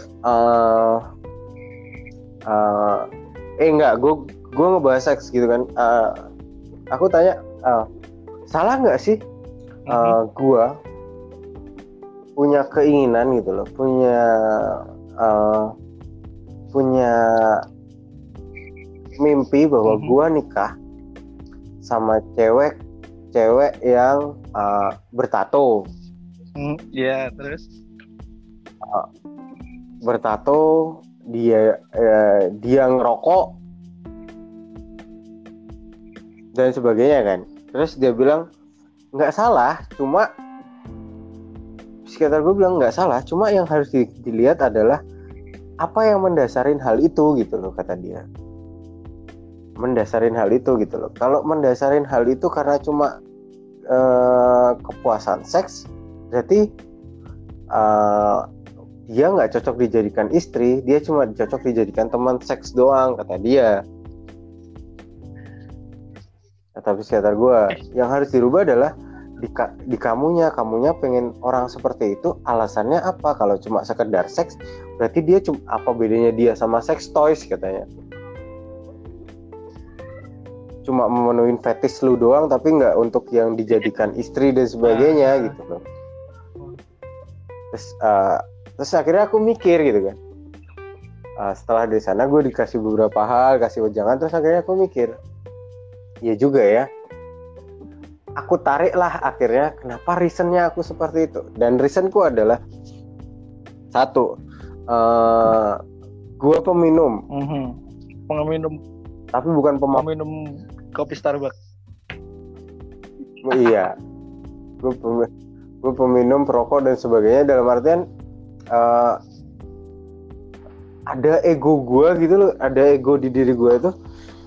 gue ngebahas seks gitu kan. Aku tanya, salah nggak sih gue punya keinginan gitu loh, punya mimpi bahwa gue nikah sama cewek yang bertato. Iya, terus bertato, dia ngerokok, dan sebagainya kan. Terus dia bilang nggak salah, cuma psikiater gue bilang nggak salah, cuma yang harus dilihat adalah apa yang mendasarin hal itu gitu loh, kata dia. Mendasarin hal itu gitu loh. Kalau mendasarin hal itu karena cuma kepuasan seks, berarti dia nggak cocok dijadikan istri, dia cuma cocok dijadikan teman seks doang, kata dia. Kata psikiater gue, yang harus dirubah adalah di kamunya pengen orang seperti itu, alasannya apa? Kalau cuma sekedar seks, berarti dia apa bedanya dia sama sex toys, katanya. Cuma memenuhi fetish lu doang, tapi nggak untuk yang dijadikan istri dan sebagainya gitu loh. Terus akhirnya aku mikir gitu kan. Setelah dari sana gue dikasih beberapa hal, kasih wejangan, terus akhirnya aku mikir, ya juga ya. Aku tarik lah akhirnya kenapa reasonnya aku seperti itu. Dan reasonku adalah satu, gue peminum. Peminum. Tapi bukan peminum kopi Starbucks. Iya, gue peminum perokok dan sebagainya, dalam artian ada ego gue gitu loh, ada ego di diri gue itu.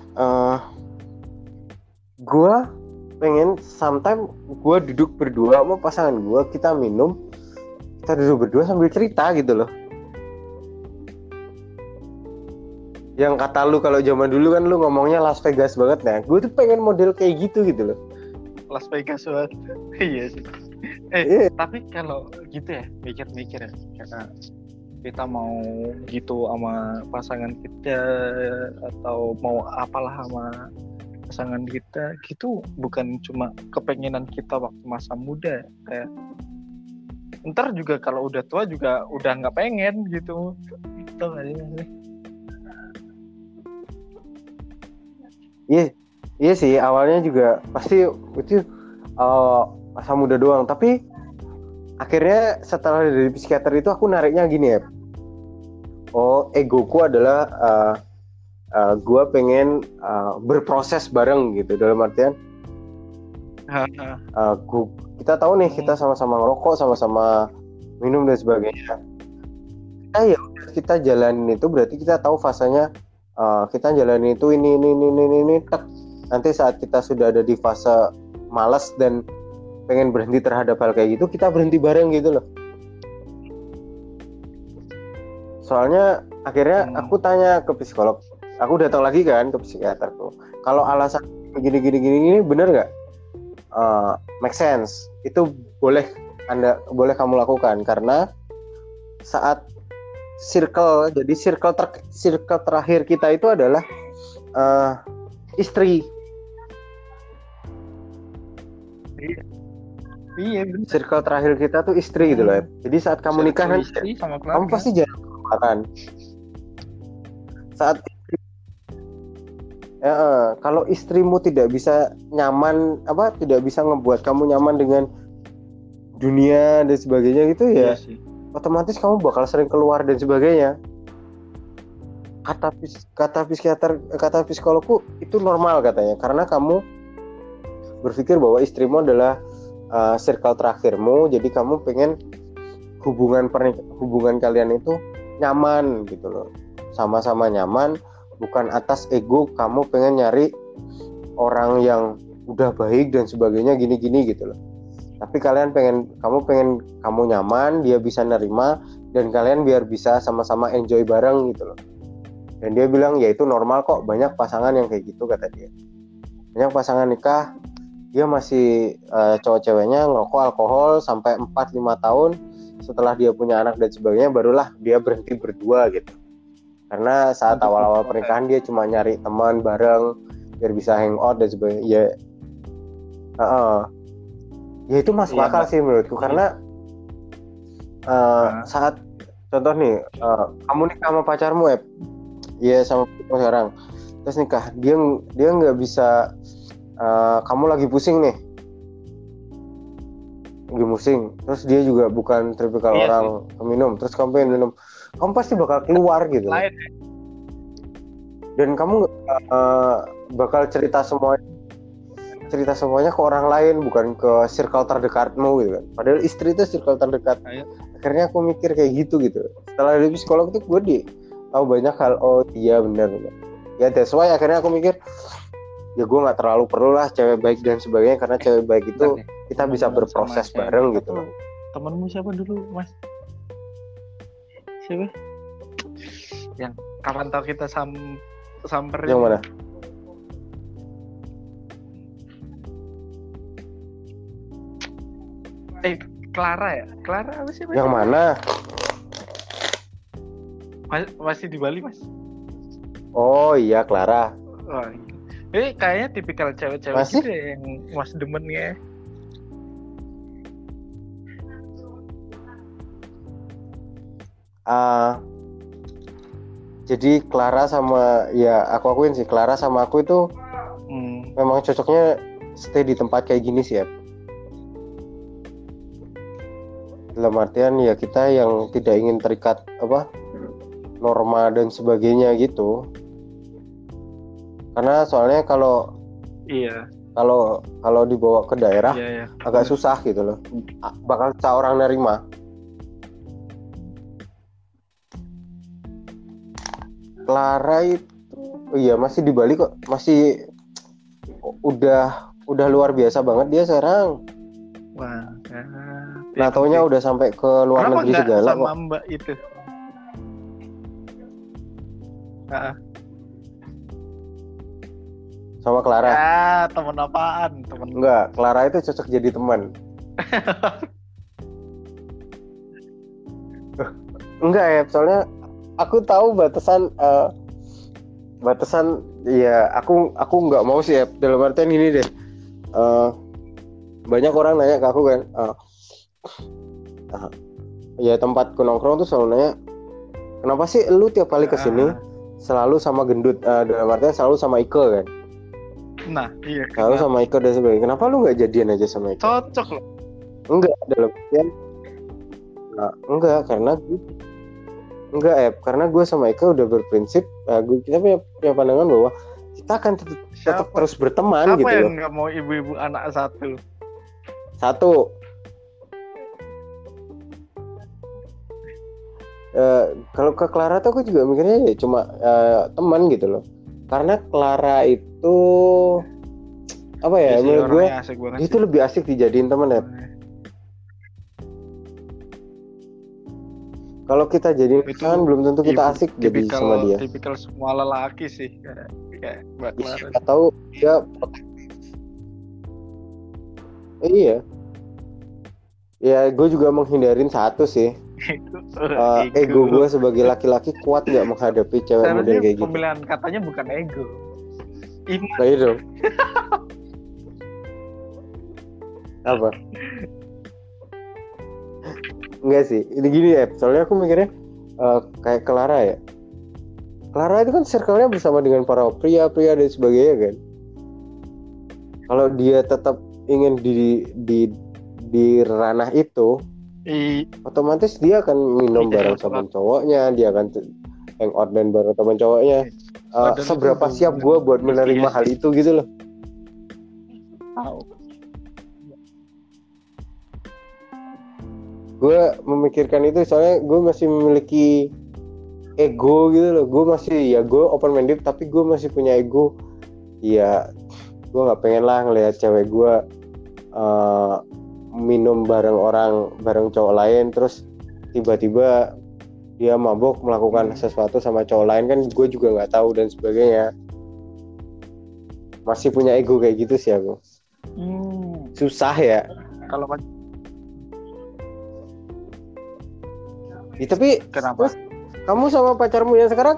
Gue pengen sometimes gue duduk berdua sama pasangan gue, kita minum, kita duduk berdua sambil cerita gitu loh. Yang kata lu kalau zaman dulu kan lu ngomongnya Las Vegas banget, nah gue tuh pengen model kayak gitu loh. Las Vegas banget. Iya sih. Tapi kalau gitu ya, mikir-mikir ya, karena kita mau gitu sama pasangan kita atau mau apalah sama pasangan kita, gitu bukan cuma kepengenan kita waktu masa muda, kayak ntar juga kalau udah tua juga udah nggak pengen gitu. Itu nggak sih? Iya sih, awalnya juga pasti itu masa muda doang. Tapi akhirnya setelah dari psikiater itu aku nariknya gini ya. Oh, egoku adalah gue pengen berproses bareng gitu. Dalam artian kita tahu nih, kita sama-sama ngerokok, sama-sama minum dan sebagainya. Kita jalanin itu, berarti kita tahu fasenya. Kita jalanin itu ini tek. Nanti saat kita sudah ada di fase malas dan pengen berhenti terhadap hal kayak gitu, kita berhenti bareng gitu loh. Soalnya akhirnya aku tanya ke psikolog, aku datang lagi kan ke psikiaterku, kalau alasan gini bener nggak? Make sense, itu boleh kamu lakukan, karena saat circle terakhir kita itu adalah istri. Iya benar. Circle terakhir kita tuh istri gitu loh. Jadi saat kamu nikah kan, kamu pasti jarang keluaran. Saat kalau istrimu tidak bisa nyaman, tidak bisa ngebuat kamu nyaman dengan dunia dan sebagainya gitu ya. Iya, otomatis kamu bakal sering keluar dan sebagainya. Kata psikologku itu normal katanya, karena kamu berpikir bahwa istrimu adalah circle terakhirmu, jadi kamu pengen hubungan kalian itu nyaman gitu loh, sama-sama nyaman, bukan atas ego kamu pengen nyari orang yang udah baik dan sebagainya gini gitu loh. Tapi kamu pengen kamu nyaman, dia bisa nerima, dan kalian biar bisa sama-sama enjoy bareng gitu loh. Dan dia bilang ya itu normal kok, banyak pasangan yang kayak gitu, kata dia. Banyak pasangan nikah, dia masih cowok-ceweknya ngerokok alkohol sampai 4-5 tahun, setelah dia punya anak dan sebagainya barulah dia berhenti berdua gitu. Karena saat awal-awal pernikahan dia cuma nyari teman bareng biar bisa hangout dan sebagainya. Ya itu masuk akal sih menurutku, karena saat contoh nih, kamu nikah sama pacarmu ya sama sekarang, terus nikah, dia nggak bisa, kamu lagi pusing nih, terus dia juga bukan tipikal orang peminum, terus kamu pengen minum, kamu pasti bakal keluar gitu. Dan kamu bakal cerita semuanya. cerita semuanya ke orang lain, bukan ke circle terdekatmu gitu kan. Padahal istri itu circle terdekat. Akhirnya aku mikir kayak gitu. Setelah dari psikolog itu gue tahu banyak hal. Oh iya benar. Ya that's why akhirnya aku mikir ya gue nggak terlalu perlu lah cewek baik dan sebagainya, karena cewek baik itu kita bisa berproses bareng gitu. Temenmu siapa dulu mas? Siapa? Yang kapan tahu kita samperin. Yang mana? Clara ya? Clara apa sih? Yang mana? Masih di Bali mas? Oh iya Clara. Oh, iya. Kayaknya tipikal cewek-cewek gitu ya, yang mas demen ya. Jadi Clara sama ya aku akuin sih, Clara sama aku itu memang cocoknya stay di tempat kayak gini sih ya. Dalam artian ya kita yang tidak ingin terikat norma dan sebagainya gitu. Karena soalnya kalau dibawa ke daerah agak susah gitu loh. Bakal susah orang nerima. Clara itu masih di Bali kok, masih udah luar biasa banget dia sekarang. Wah. Nah, taunya udah sampai ke luar negeri segala sama kok. Mbak itu. Sama Clara. Ya, teman apaan? Enggak, Clara itu cocok jadi teman. Enggak ya, soalnya aku tahu batasan ya aku nggak mau sih ya, dalam artian gini deh. Banyak orang nanya ke aku kan, ya tempatku nongkrong tuh selalu nanya, kenapa sih lu tiap kali kesini selalu sama gendut, dalam artian selalu sama Ike kan? Nah iya. Selalu sama Ike dan sebagainya. Kenapa lu nggak jadian aja sama Ike? Cocok loh. Enggak, dalam artian karena gue sama Ike udah berprinsip, kita punya pandangan bahwa kita akan tetap terus berteman gitu loh. Siapa yang nggak mau ibu-ibu anak satu? Kalau ke Clara tuh aku juga mikirnya ya cuma teman gitu loh. Karena Clara itu apa ya, menurut gue itu lebih asik dijadiin teman ya. Kalau kita jadi pasangan belum tentu kita asik jadi sama dia. Tipikal semua lelaki sih kayak Mbak Clara. Atau dia iya. Ya gue juga menghindarin satu sih. Ego gue sebagai laki-laki kuat nggak menghadapi cewek model kayak gitu. Pemilihan katanya bukan ego. Iman. Nah, itu. Apa? Enggak sih. Ini gini ya. Soalnya aku mikirnya kayak Clara ya. Clara itu kan circle-nya bersama dengan para pria-pria dan sebagainya kan. Kalau dia tetap ingin di ranah itu, otomatis dia akan minum bareng teman cowoknya, dia akan hangout dan bareng teman cowoknya. Seberapa siap gue buat menerima hal itu gitu loh. Gue memikirkan itu soalnya gue masih memiliki ego gitu loh. Gue open minded tapi gue masih punya ego. Ya gue nggak pengen lah ngelihat cewek gue minum bareng cowok lain, terus tiba-tiba dia mabok melakukan sesuatu sama cowok lain, kan gue juga nggak tahu dan sebagainya. Masih punya ego kayak gitu sih aku. Susah ya. Kalau tapi kenapa? Kamu sama pacarmu yang sekarang?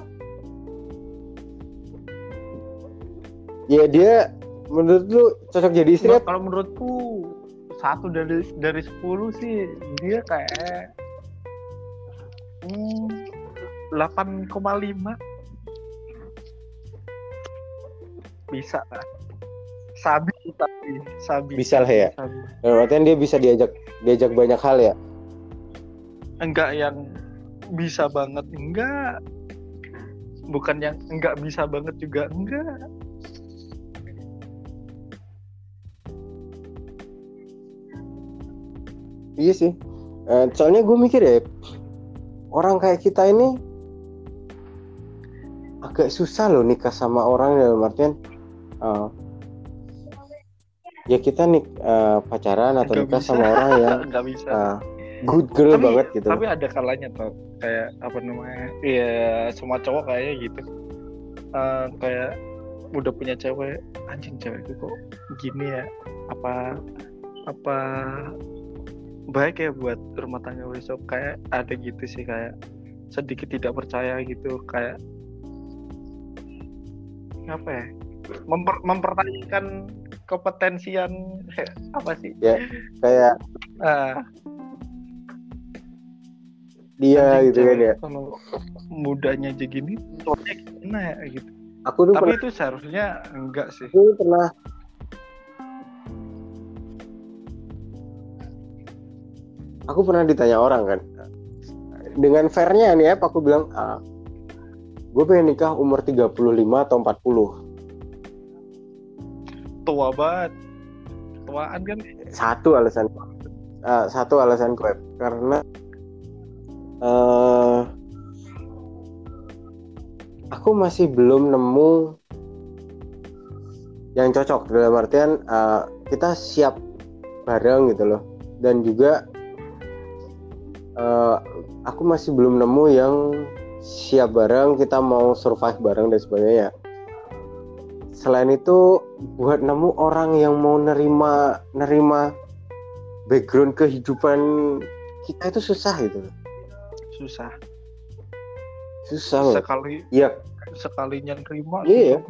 Ya dia menurut lu cocok jadi istri? Kalau menurutku 1 dari 10 sih dia kayak 8,5 bisa lah. Sabi bisa lah ya. Artinya dia bisa diajak banyak hal ya. Enggak yang bisa banget, enggak. Bukan yang enggak bisa banget juga, enggak. Iya sih. Soalnya gue mikir ya, orang kayak kita ini agak susah loh nikah sama orang, dalam artian ya kita pacaran atau Nggak nikah bisa. sama orang yang Nggak bisa. good girl banget gitu. Tapi ada kalanya tuh kayak apa namanya? Ya semua cowok kayaknya gitu. Kayak udah punya cewek, anjing cewekku kok gini ya? Apa baik ya buat rumah tangga besok? Kayak ada gitu sih, kayak sedikit tidak percaya gitu, kayak apa ya? Mempertanyakan kompetensian apa sih? Ya kayak Ah, dia anjing gitu kan cewek ya. kalau mudanya aja gini, cowoknya gimana ya gitu. Aku tuh Tapi itu seharusnya enggak sih. Aku pernah ditanya orang kan, dengan fairnya nih ya, aku bilang gue pengen nikah umur 35 atau 40. Tua banget. Tuaan kan. Satu alasan gue karena aku masih belum nemu yang cocok, dalam artian kita siap bareng gitu loh, dan juga aku masih belum nemu yang siap bareng, kita mau survive bareng dan sebagainya. Selain itu, buat nemu orang yang mau nerima background kehidupan kita itu susah gitu. Susah Loh. Sekalinya nerima. Iya.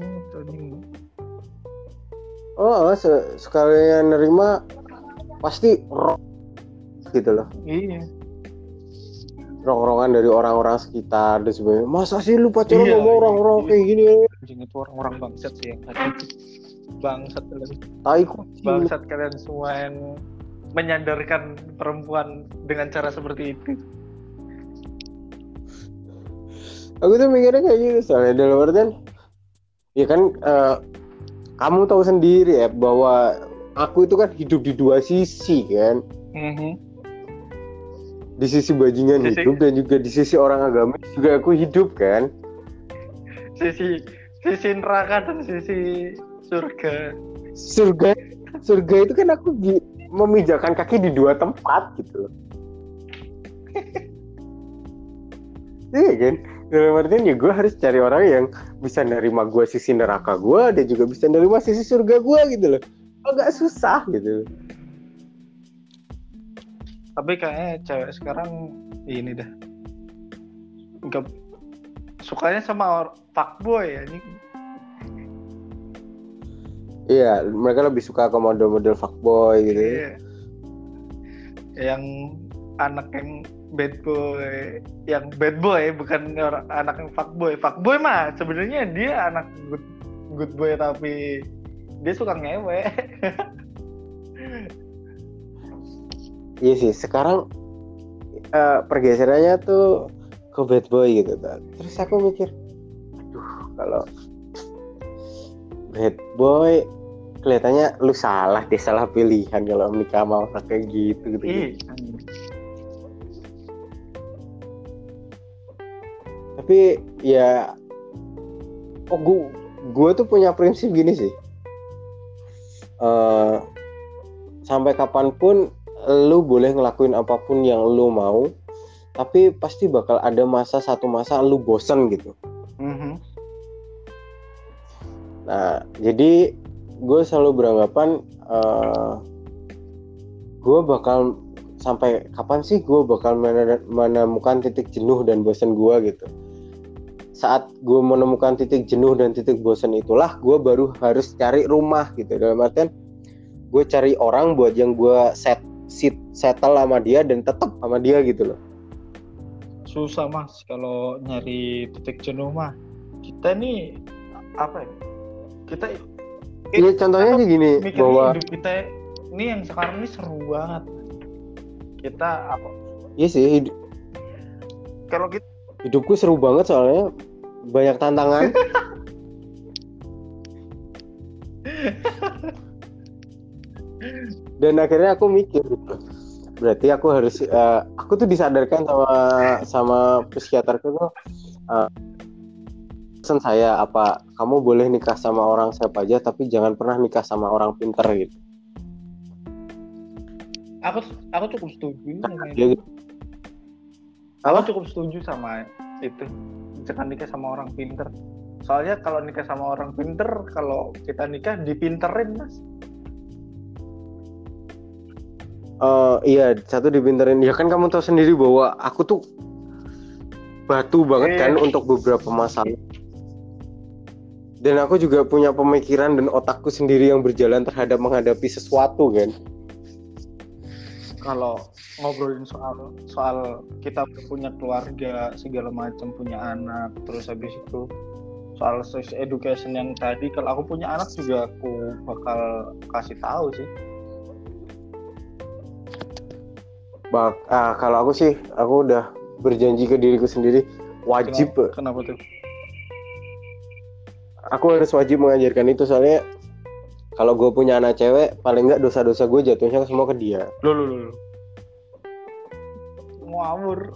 Sekalinya nerima pasti gitu loh. Iya. Rong-rongan dari orang-orang sekitar dan sebagainya. Masa sih lu pacaran sama orang-orang kayak gini? Anjing, itu orang-orang bangsat sih yang tadi. Bangsat kalian. Bangsat kalian semua yang menyandarkan perempuan dengan cara seperti itu. Aku tuh mikirnya kayak gitu, soalnya dalam artian ya kan kamu tahu sendiri ya bahwa aku itu kan hidup di dua sisi kan. Di sisi bajingan hidup dan juga di sisi orang agama juga aku hidup kan. Sisi neraka dan sisi surga. Surga itu kan aku memijakan kaki di dua tempat gitu. Iya kan? Dalam artian ya gue harus cari orang yang bisa nerima gue sisi neraka gue dan juga bisa nerima sisi surga gue gitu loh. Agak susah gitu. Tapi kayaknya cewek sekarang ini dah enggak sukanya sama fuckboy ya ini. Iya, mereka lebih suka ke model-model fuckboy gitu. Iya. Yang anak yang bad boy bukan anak yang fuckboy. Fuckboy mah sebenarnya dia anak good boy tapi dia suka ngewe. Iya sih, sekarang pergeserannya tuh ke bad boy gitu kan. Terus aku mikir, kalau bad boy kelihatannya lu salah pilihan kalau menikah sama orang kayak gitu. Tapi ya, gue tuh punya prinsip gini sih. Sampai kapanpun lu boleh ngelakuin apapun yang lu mau, tapi pasti bakal ada satu masa lu bosen gitu. Nah, jadi gue selalu beranggapan gue bakal sampai kapan sih gue bakal menemukan titik jenuh dan bosan gue gitu. Saat gue menemukan titik jenuh dan titik bosan itulah gue baru harus cari rumah gitu. Dalam artian gue cari orang buat yang gue settle sama dia dan tetap sama dia gitu loh. Susah mas kalau nyari titik jenuh mah. Kita nih apa ya? Ini contohnya kayak gini bahwa hidup kita ini yang sekarang ini seru banget. Kita apa? Iya sih. Kalau kita hidupku seru banget soalnya banyak tantangan. Dan akhirnya aku mikir gitu. berarti aku harus aku tuh disadarkan sama psikiaterku tuh pesan saya apa, kamu boleh nikah sama orang siapa aja tapi jangan pernah nikah sama orang pinter gitu. Aku cukup setuju sama Dia itu. gitu. Aku Apa? cukup setuju sama itu. Jangan nikah sama orang pinter. Soalnya kalau nikah sama orang pinter, kalau kita nikah dipinterin, Mas. Iya, satu dipinterin. Ya kan kamu tahu sendiri bahwa aku tuh batu banget kan untuk beberapa masalah. Dan aku juga punya pemikiran dan otakku sendiri yang berjalan terhadap menghadapi sesuatu kan. Kalau ngobrolin soal kita punya keluarga segala macam, punya anak, terus habis itu soal sex education yang tadi, kalau aku punya anak juga aku bakal kasih tahu sih. Kalau aku sih, aku udah berjanji ke diriku sendiri wajib. Kenapa tuh? Aku harus wajib mengajarkan itu, soalnya kalau gue punya anak cewek, paling nggak dosa-dosa gue jatuhnya semua ke dia. Loh. Ngawur.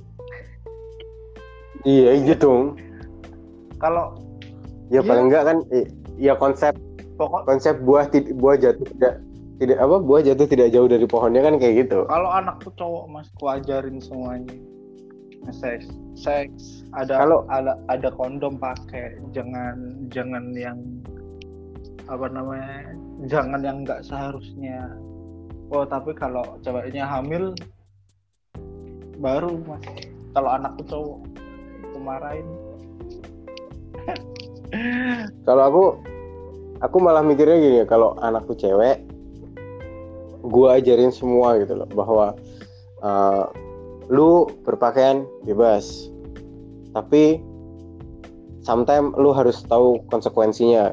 Iya gitu. Kalau ya paling nggak kan, ya konsep buah jatuh buah jatuh tidak jauh dari pohonnya kan kayak gitu. Kalau anakku cowok, Mas, ku ajarin semuanya. Seks ada kondom pakai, jangan yang jangan yang nggak seharusnya. Tapi kalau ceweknya hamil baru, Mas. Kalau anakku cowok aku marahin. Kalau aku malah mikirnya gini, kalau anakku cewek gue ajarin semua gitu loh, bahwa lu berpakaian bebas, tapi sometimes lu harus tahu konsekuensinya.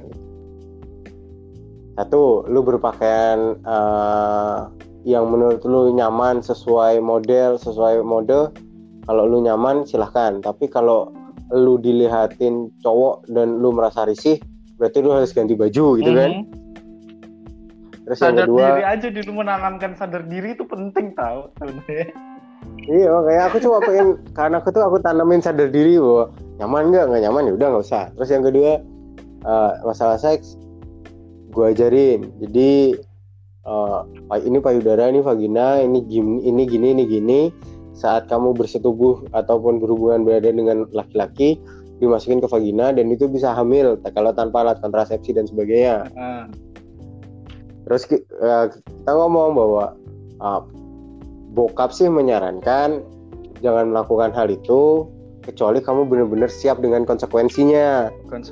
Satu, lu berpakaian yang menurut lu nyaman, sesuai mode. Kalau lu nyaman silahkan, tapi kalau lu dilihatin cowok dan lu merasa risih, berarti lu harus ganti baju gitu kan. Terus sadar yang kedua, diri aja, dulu menanamkan sadar diri itu penting tau sebenarnya. Iya, kayak aku cuma pengen, karena aku tanamin sadar diri bahwa nyaman nggak nyaman ya udah nggak usah. Terus yang kedua, masalah seks gue ajarin. Jadi ini payudara, ini vagina, ini gini. Saat kamu bersetubuh ataupun berhubungan badan dengan laki-laki, dimasukin ke vagina dan itu bisa hamil kalau tanpa alat kontrasepsi dan sebagainya. Terus kita ngomong bahwa bokap sih menyarankan jangan melakukan hal itu kecuali kamu benar-benar siap dengan konsekuensinya.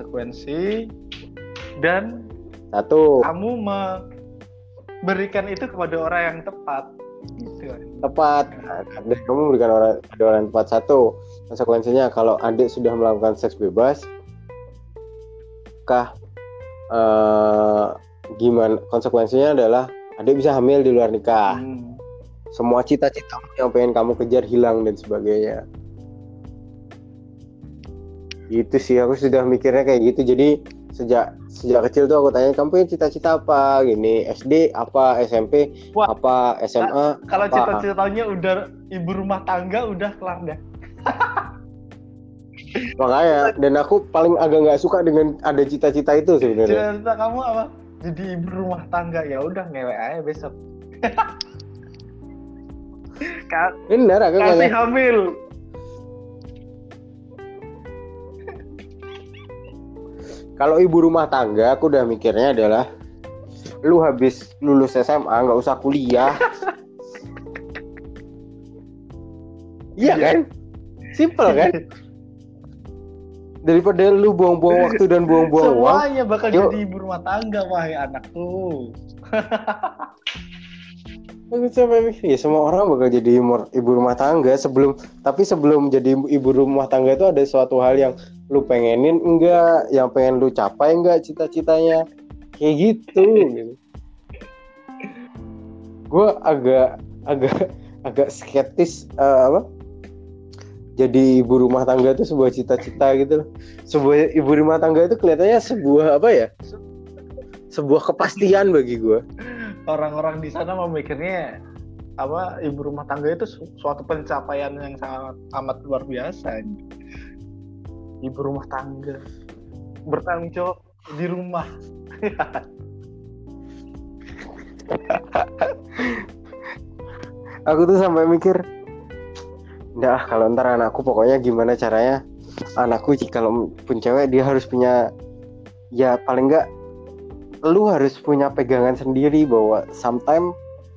Dan satu, kamu memberikan itu kepada orang yang tepat. Gitu. Tepat. Dan kamu memberikan pada orang yang tepat. Satu, konsekuensinya kalau adik sudah melakukan seks bebas, gimana? Konsekuensinya adalah adik bisa hamil di luar nikah. Semua cita-cita yang pengen kamu kejar hilang dan sebagainya. Itu sih, aku sudah mikirnya kayak gitu. Jadi sejak kecil tuh aku tanya, kamu pengen cita-cita apa? Gini, SD apa, SMP apa, SMA? Kalau cita-citanya udah ibu rumah tangga udah kelar dah. Makanya, dan aku paling agak nggak suka dengan ada cita-cita itu sebenarnya. Cita-cita kamu apa? Jadi ibu rumah tangga, ya udah ngewek aja besok. Benar, aku kasih hamil. Kalau ibu rumah tangga, aku udah mikirnya adalah lu habis lulus SMA nggak usah kuliah. Iya kan? Simple kan? Daripada lu buang-buang waktu dan buang-buang uang. Semuanya bakal jadi ibu rumah tangga, wahai anakku. Ya semua orang bakal jadi ibu rumah tangga sebelum jadi ibu rumah tangga itu ada suatu hal yang lu pengenin enggak, yang pengen lu capai enggak cita-citanya, kayak gitu. Gue agak skeptis jadi ibu rumah tangga itu sebuah cita-cita gitu loh. Sebuah ibu rumah tangga itu kelihatannya sebuah kepastian bagi gue. Orang-orang di sana memikirnya ibu rumah tangga itu suatu pencapaian yang sangat amat luar biasa. Ibu rumah tangga bertanggung jawab di rumah. Aku tuh sampai mikir, nggak, kalau ntar anakku pokoknya gimana caranya anakku kalau pun cewek dia harus punya, ya paling nggak lu harus punya pegangan sendiri bahwa sometimes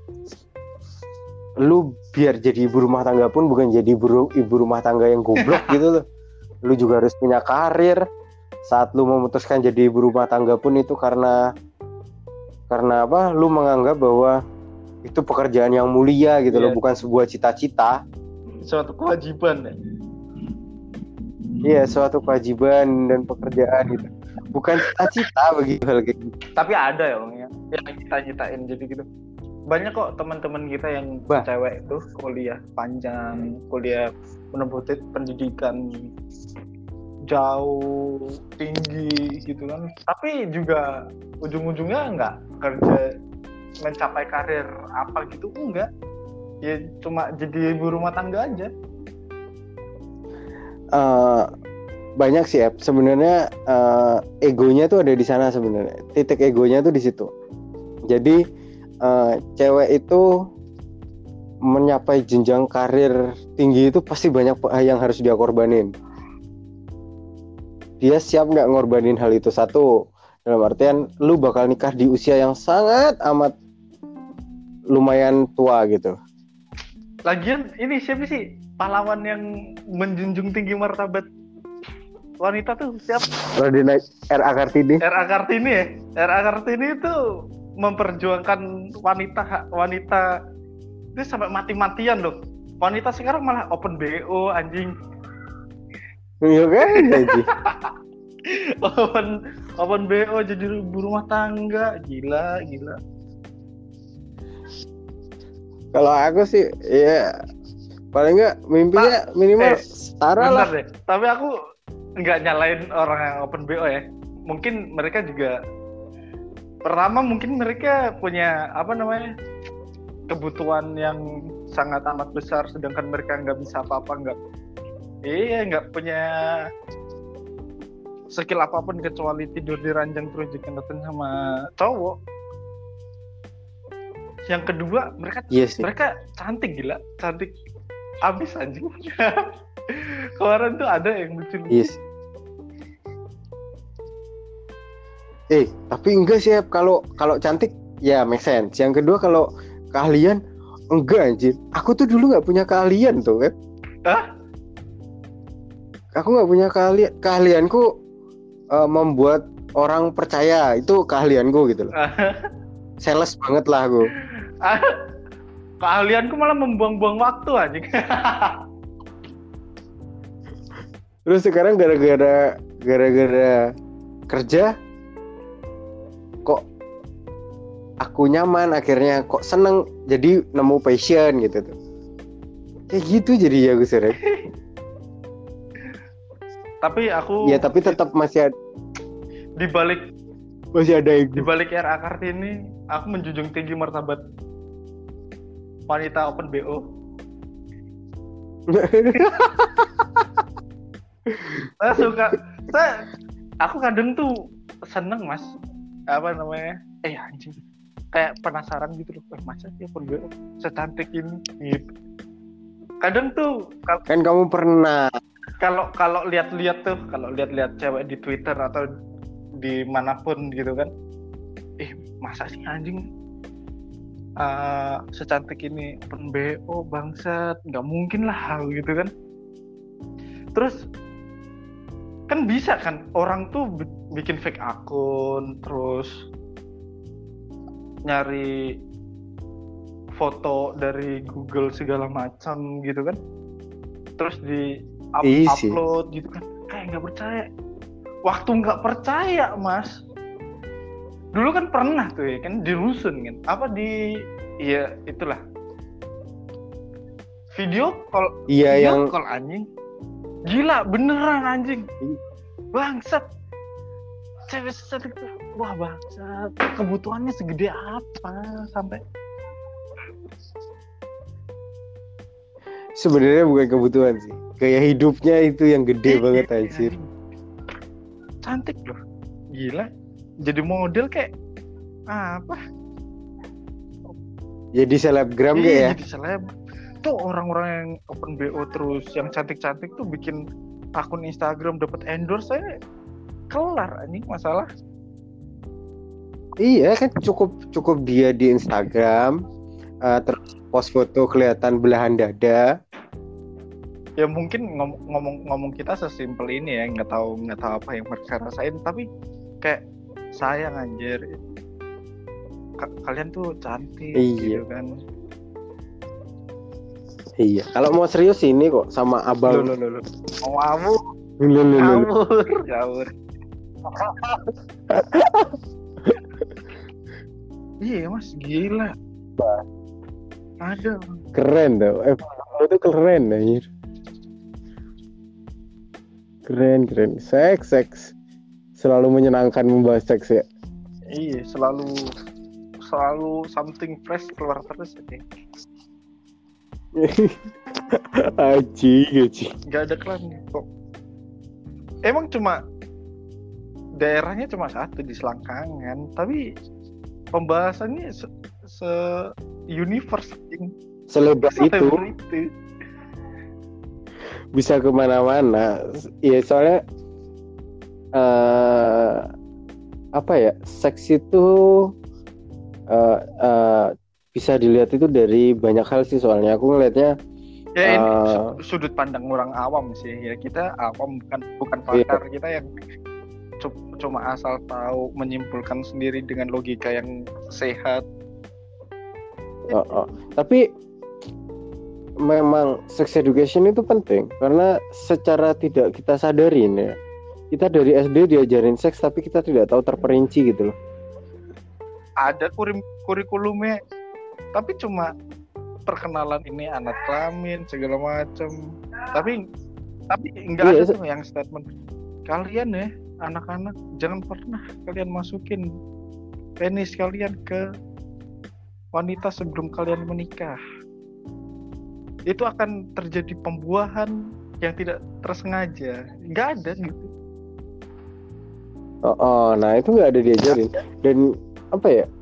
lu biar jadi ibu rumah tangga pun bukan jadi ibu rumah tangga yang goblok gitu loh. Lu juga harus punya karir. Saat lu memutuskan jadi ibu rumah tangga pun itu karena apa? Lu menganggap bahwa itu pekerjaan yang mulia gitu loh, bukan sebuah cita-cita. Suatu kewajiban ya. Iya, suatu kewajiban dan pekerjaan gitu. Bukan cita-cita bagi hal kayak gitu. Tapi ada ya Bang ya, yang cita-citain jadi gitu. Banyak kok teman-teman kita yang cewek itu kuliah panjang, kuliah menempuh pendidikan jauh tinggi gitu kan. Tapi juga ujung-ujungnya enggak kerja mencapai karir apa gitu, enggak. Ya cuma jadi ibu rumah tangga aja. Banyak sih sebenarnya, egonya tuh ada di sana sebenarnya. Titik egonya tuh di situ. Jadi cewek itu mencapai jenjang karir tinggi itu pasti banyak yang harus dia korbanin. Dia siap nggak ngorbanin hal itu? Satu, dalam artian lu bakal nikah di usia yang sangat amat lumayan tua gitu. Lagian ini siapa sih pahlawan yang menjunjung tinggi martabat wanita tuh siapa? R.A. Kartini. R.A. Kartini ya. R.A. Kartini itu memperjuangkan wanita itu sampai mati-matian loh. Wanita sekarang malah open BO anjing. Iya kan anjing. open BO jadi ibu rumah tangga, gila. Kalau aku sih ya paling nggak mimpinya minimal setara lah. Deh. Tapi aku nggak nyalain orang yang open BO ya. Mungkin mereka juga pertama mungkin mereka punya kebutuhan yang sangat amat besar, sedangkan mereka nggak bisa apa-apa, nggak punya skill apapun kecuali tidur di ranjang terus dikendatin sama cowok. Yang kedua mereka cantik, gila, cantik abis anjing. Kemarin tuh ada yang lucu. Yes. Tapi enggak sih kalau cantik ya make sense. Yang kedua kalau keahlian enggak anjir. Aku tuh dulu nggak punya keahlian tuh kan. Aku nggak punya keahlian. Keahlianku membuat orang percaya, itu keahlianku gitu loh. Sales banget lah aku. Keahlianku malah membuang-buang waktu anjing. Terus sekarang gara-gara kerja kok aku nyaman, akhirnya kok seneng, jadi nemu passion gitu tuh. Kayak gitu jadi ya gue sering. Tapi aku tapi tetap masih ada di balik R.A. Kartini, aku menjunjung tinggi martabat wanita open BO. Aku kadang tuh seneng mas, anjing, kayak penasaran gitu loh, masa dia open BO secantik ini gitu. Kadang tuh kan kamu pernah kalau lihat-lihat cewek di Twitter atau di manapun gitu kan, masa sih anjing secantik ini open BO, bangsat, nggak mungkin lah hal gitu kan. Terus kan bisa kan orang tuh bikin fake akun, terus nyari foto dari Google segala macam gitu kan, terus di upload gitu kan, kayak nggak percaya. Waktu nggak percaya mas, dulu kan pernah tuh ya kan di rusun kan, itulah video call, call anjing, gila beneran anjing, bangsat, cewek secantik tuh, wah bangsat, kebutuhannya segede apa sampai Sebenarnya bukan kebutuhan sih, gaya hidupnya itu yang gede banget anjir. Cantik loh, gila. Jadi model kayak apa? Jadi selebgram gak ya? Jadi seleb. Tuh orang-orang yang open BO terus, yang cantik-cantik tuh bikin akun Instagram dapat endorse, saya kelar anjing masalah. Iya kan cukup dia di Instagram, terus post foto kelihatan belahan dada. Ya mungkin ngomong kita sesimpel ini ya, nggak tahu apa yang mereka rasain, tapi kayak sayang anjir. Kalian tuh cantik gitu kan. Iya, kalau mau serius ini kok sama abang. Loh. Mau abang. Ngawur. Iya mas, gila. Ada. Keren tuh, itu keren anjir. Keren. Seks. Selalu menyenangkan membahas seks ya. Iya, selalu something fresh keluar terus aja. Aji. Gak ada kelarnya kok. Emang cuma daerahnya cuma satu di Selangkangan, tapi pembahasannya universe selebar itu. Bisa kemana-mana. Ya soalnya seks itu bisa dilihat itu dari banyak hal sih, soalnya aku ngelihatnya ini sudut pandang orang awam sih ya, kita awam bukan pakar. Iya. Kita yang cuma asal tahu, menyimpulkan sendiri dengan logika yang sehat. Tapi memang sex education itu penting karena secara tidak kita sadarin ya, kita dari SD diajarin seks tapi kita tidak tahu terperinci gitu loh. Ada kurikulumnya, tapi cuma perkenalan ini anak kelamin segala macam. Tapi enggak ada tuh yang statement kalian ya anak-anak jangan pernah kalian masukin penis kalian ke wanita sebelum kalian menikah. Itu akan terjadi pembuahan yang tidak tersengaja. Enggak ada gitu. Nah itu nggak ada diajarin. Dan apa ya,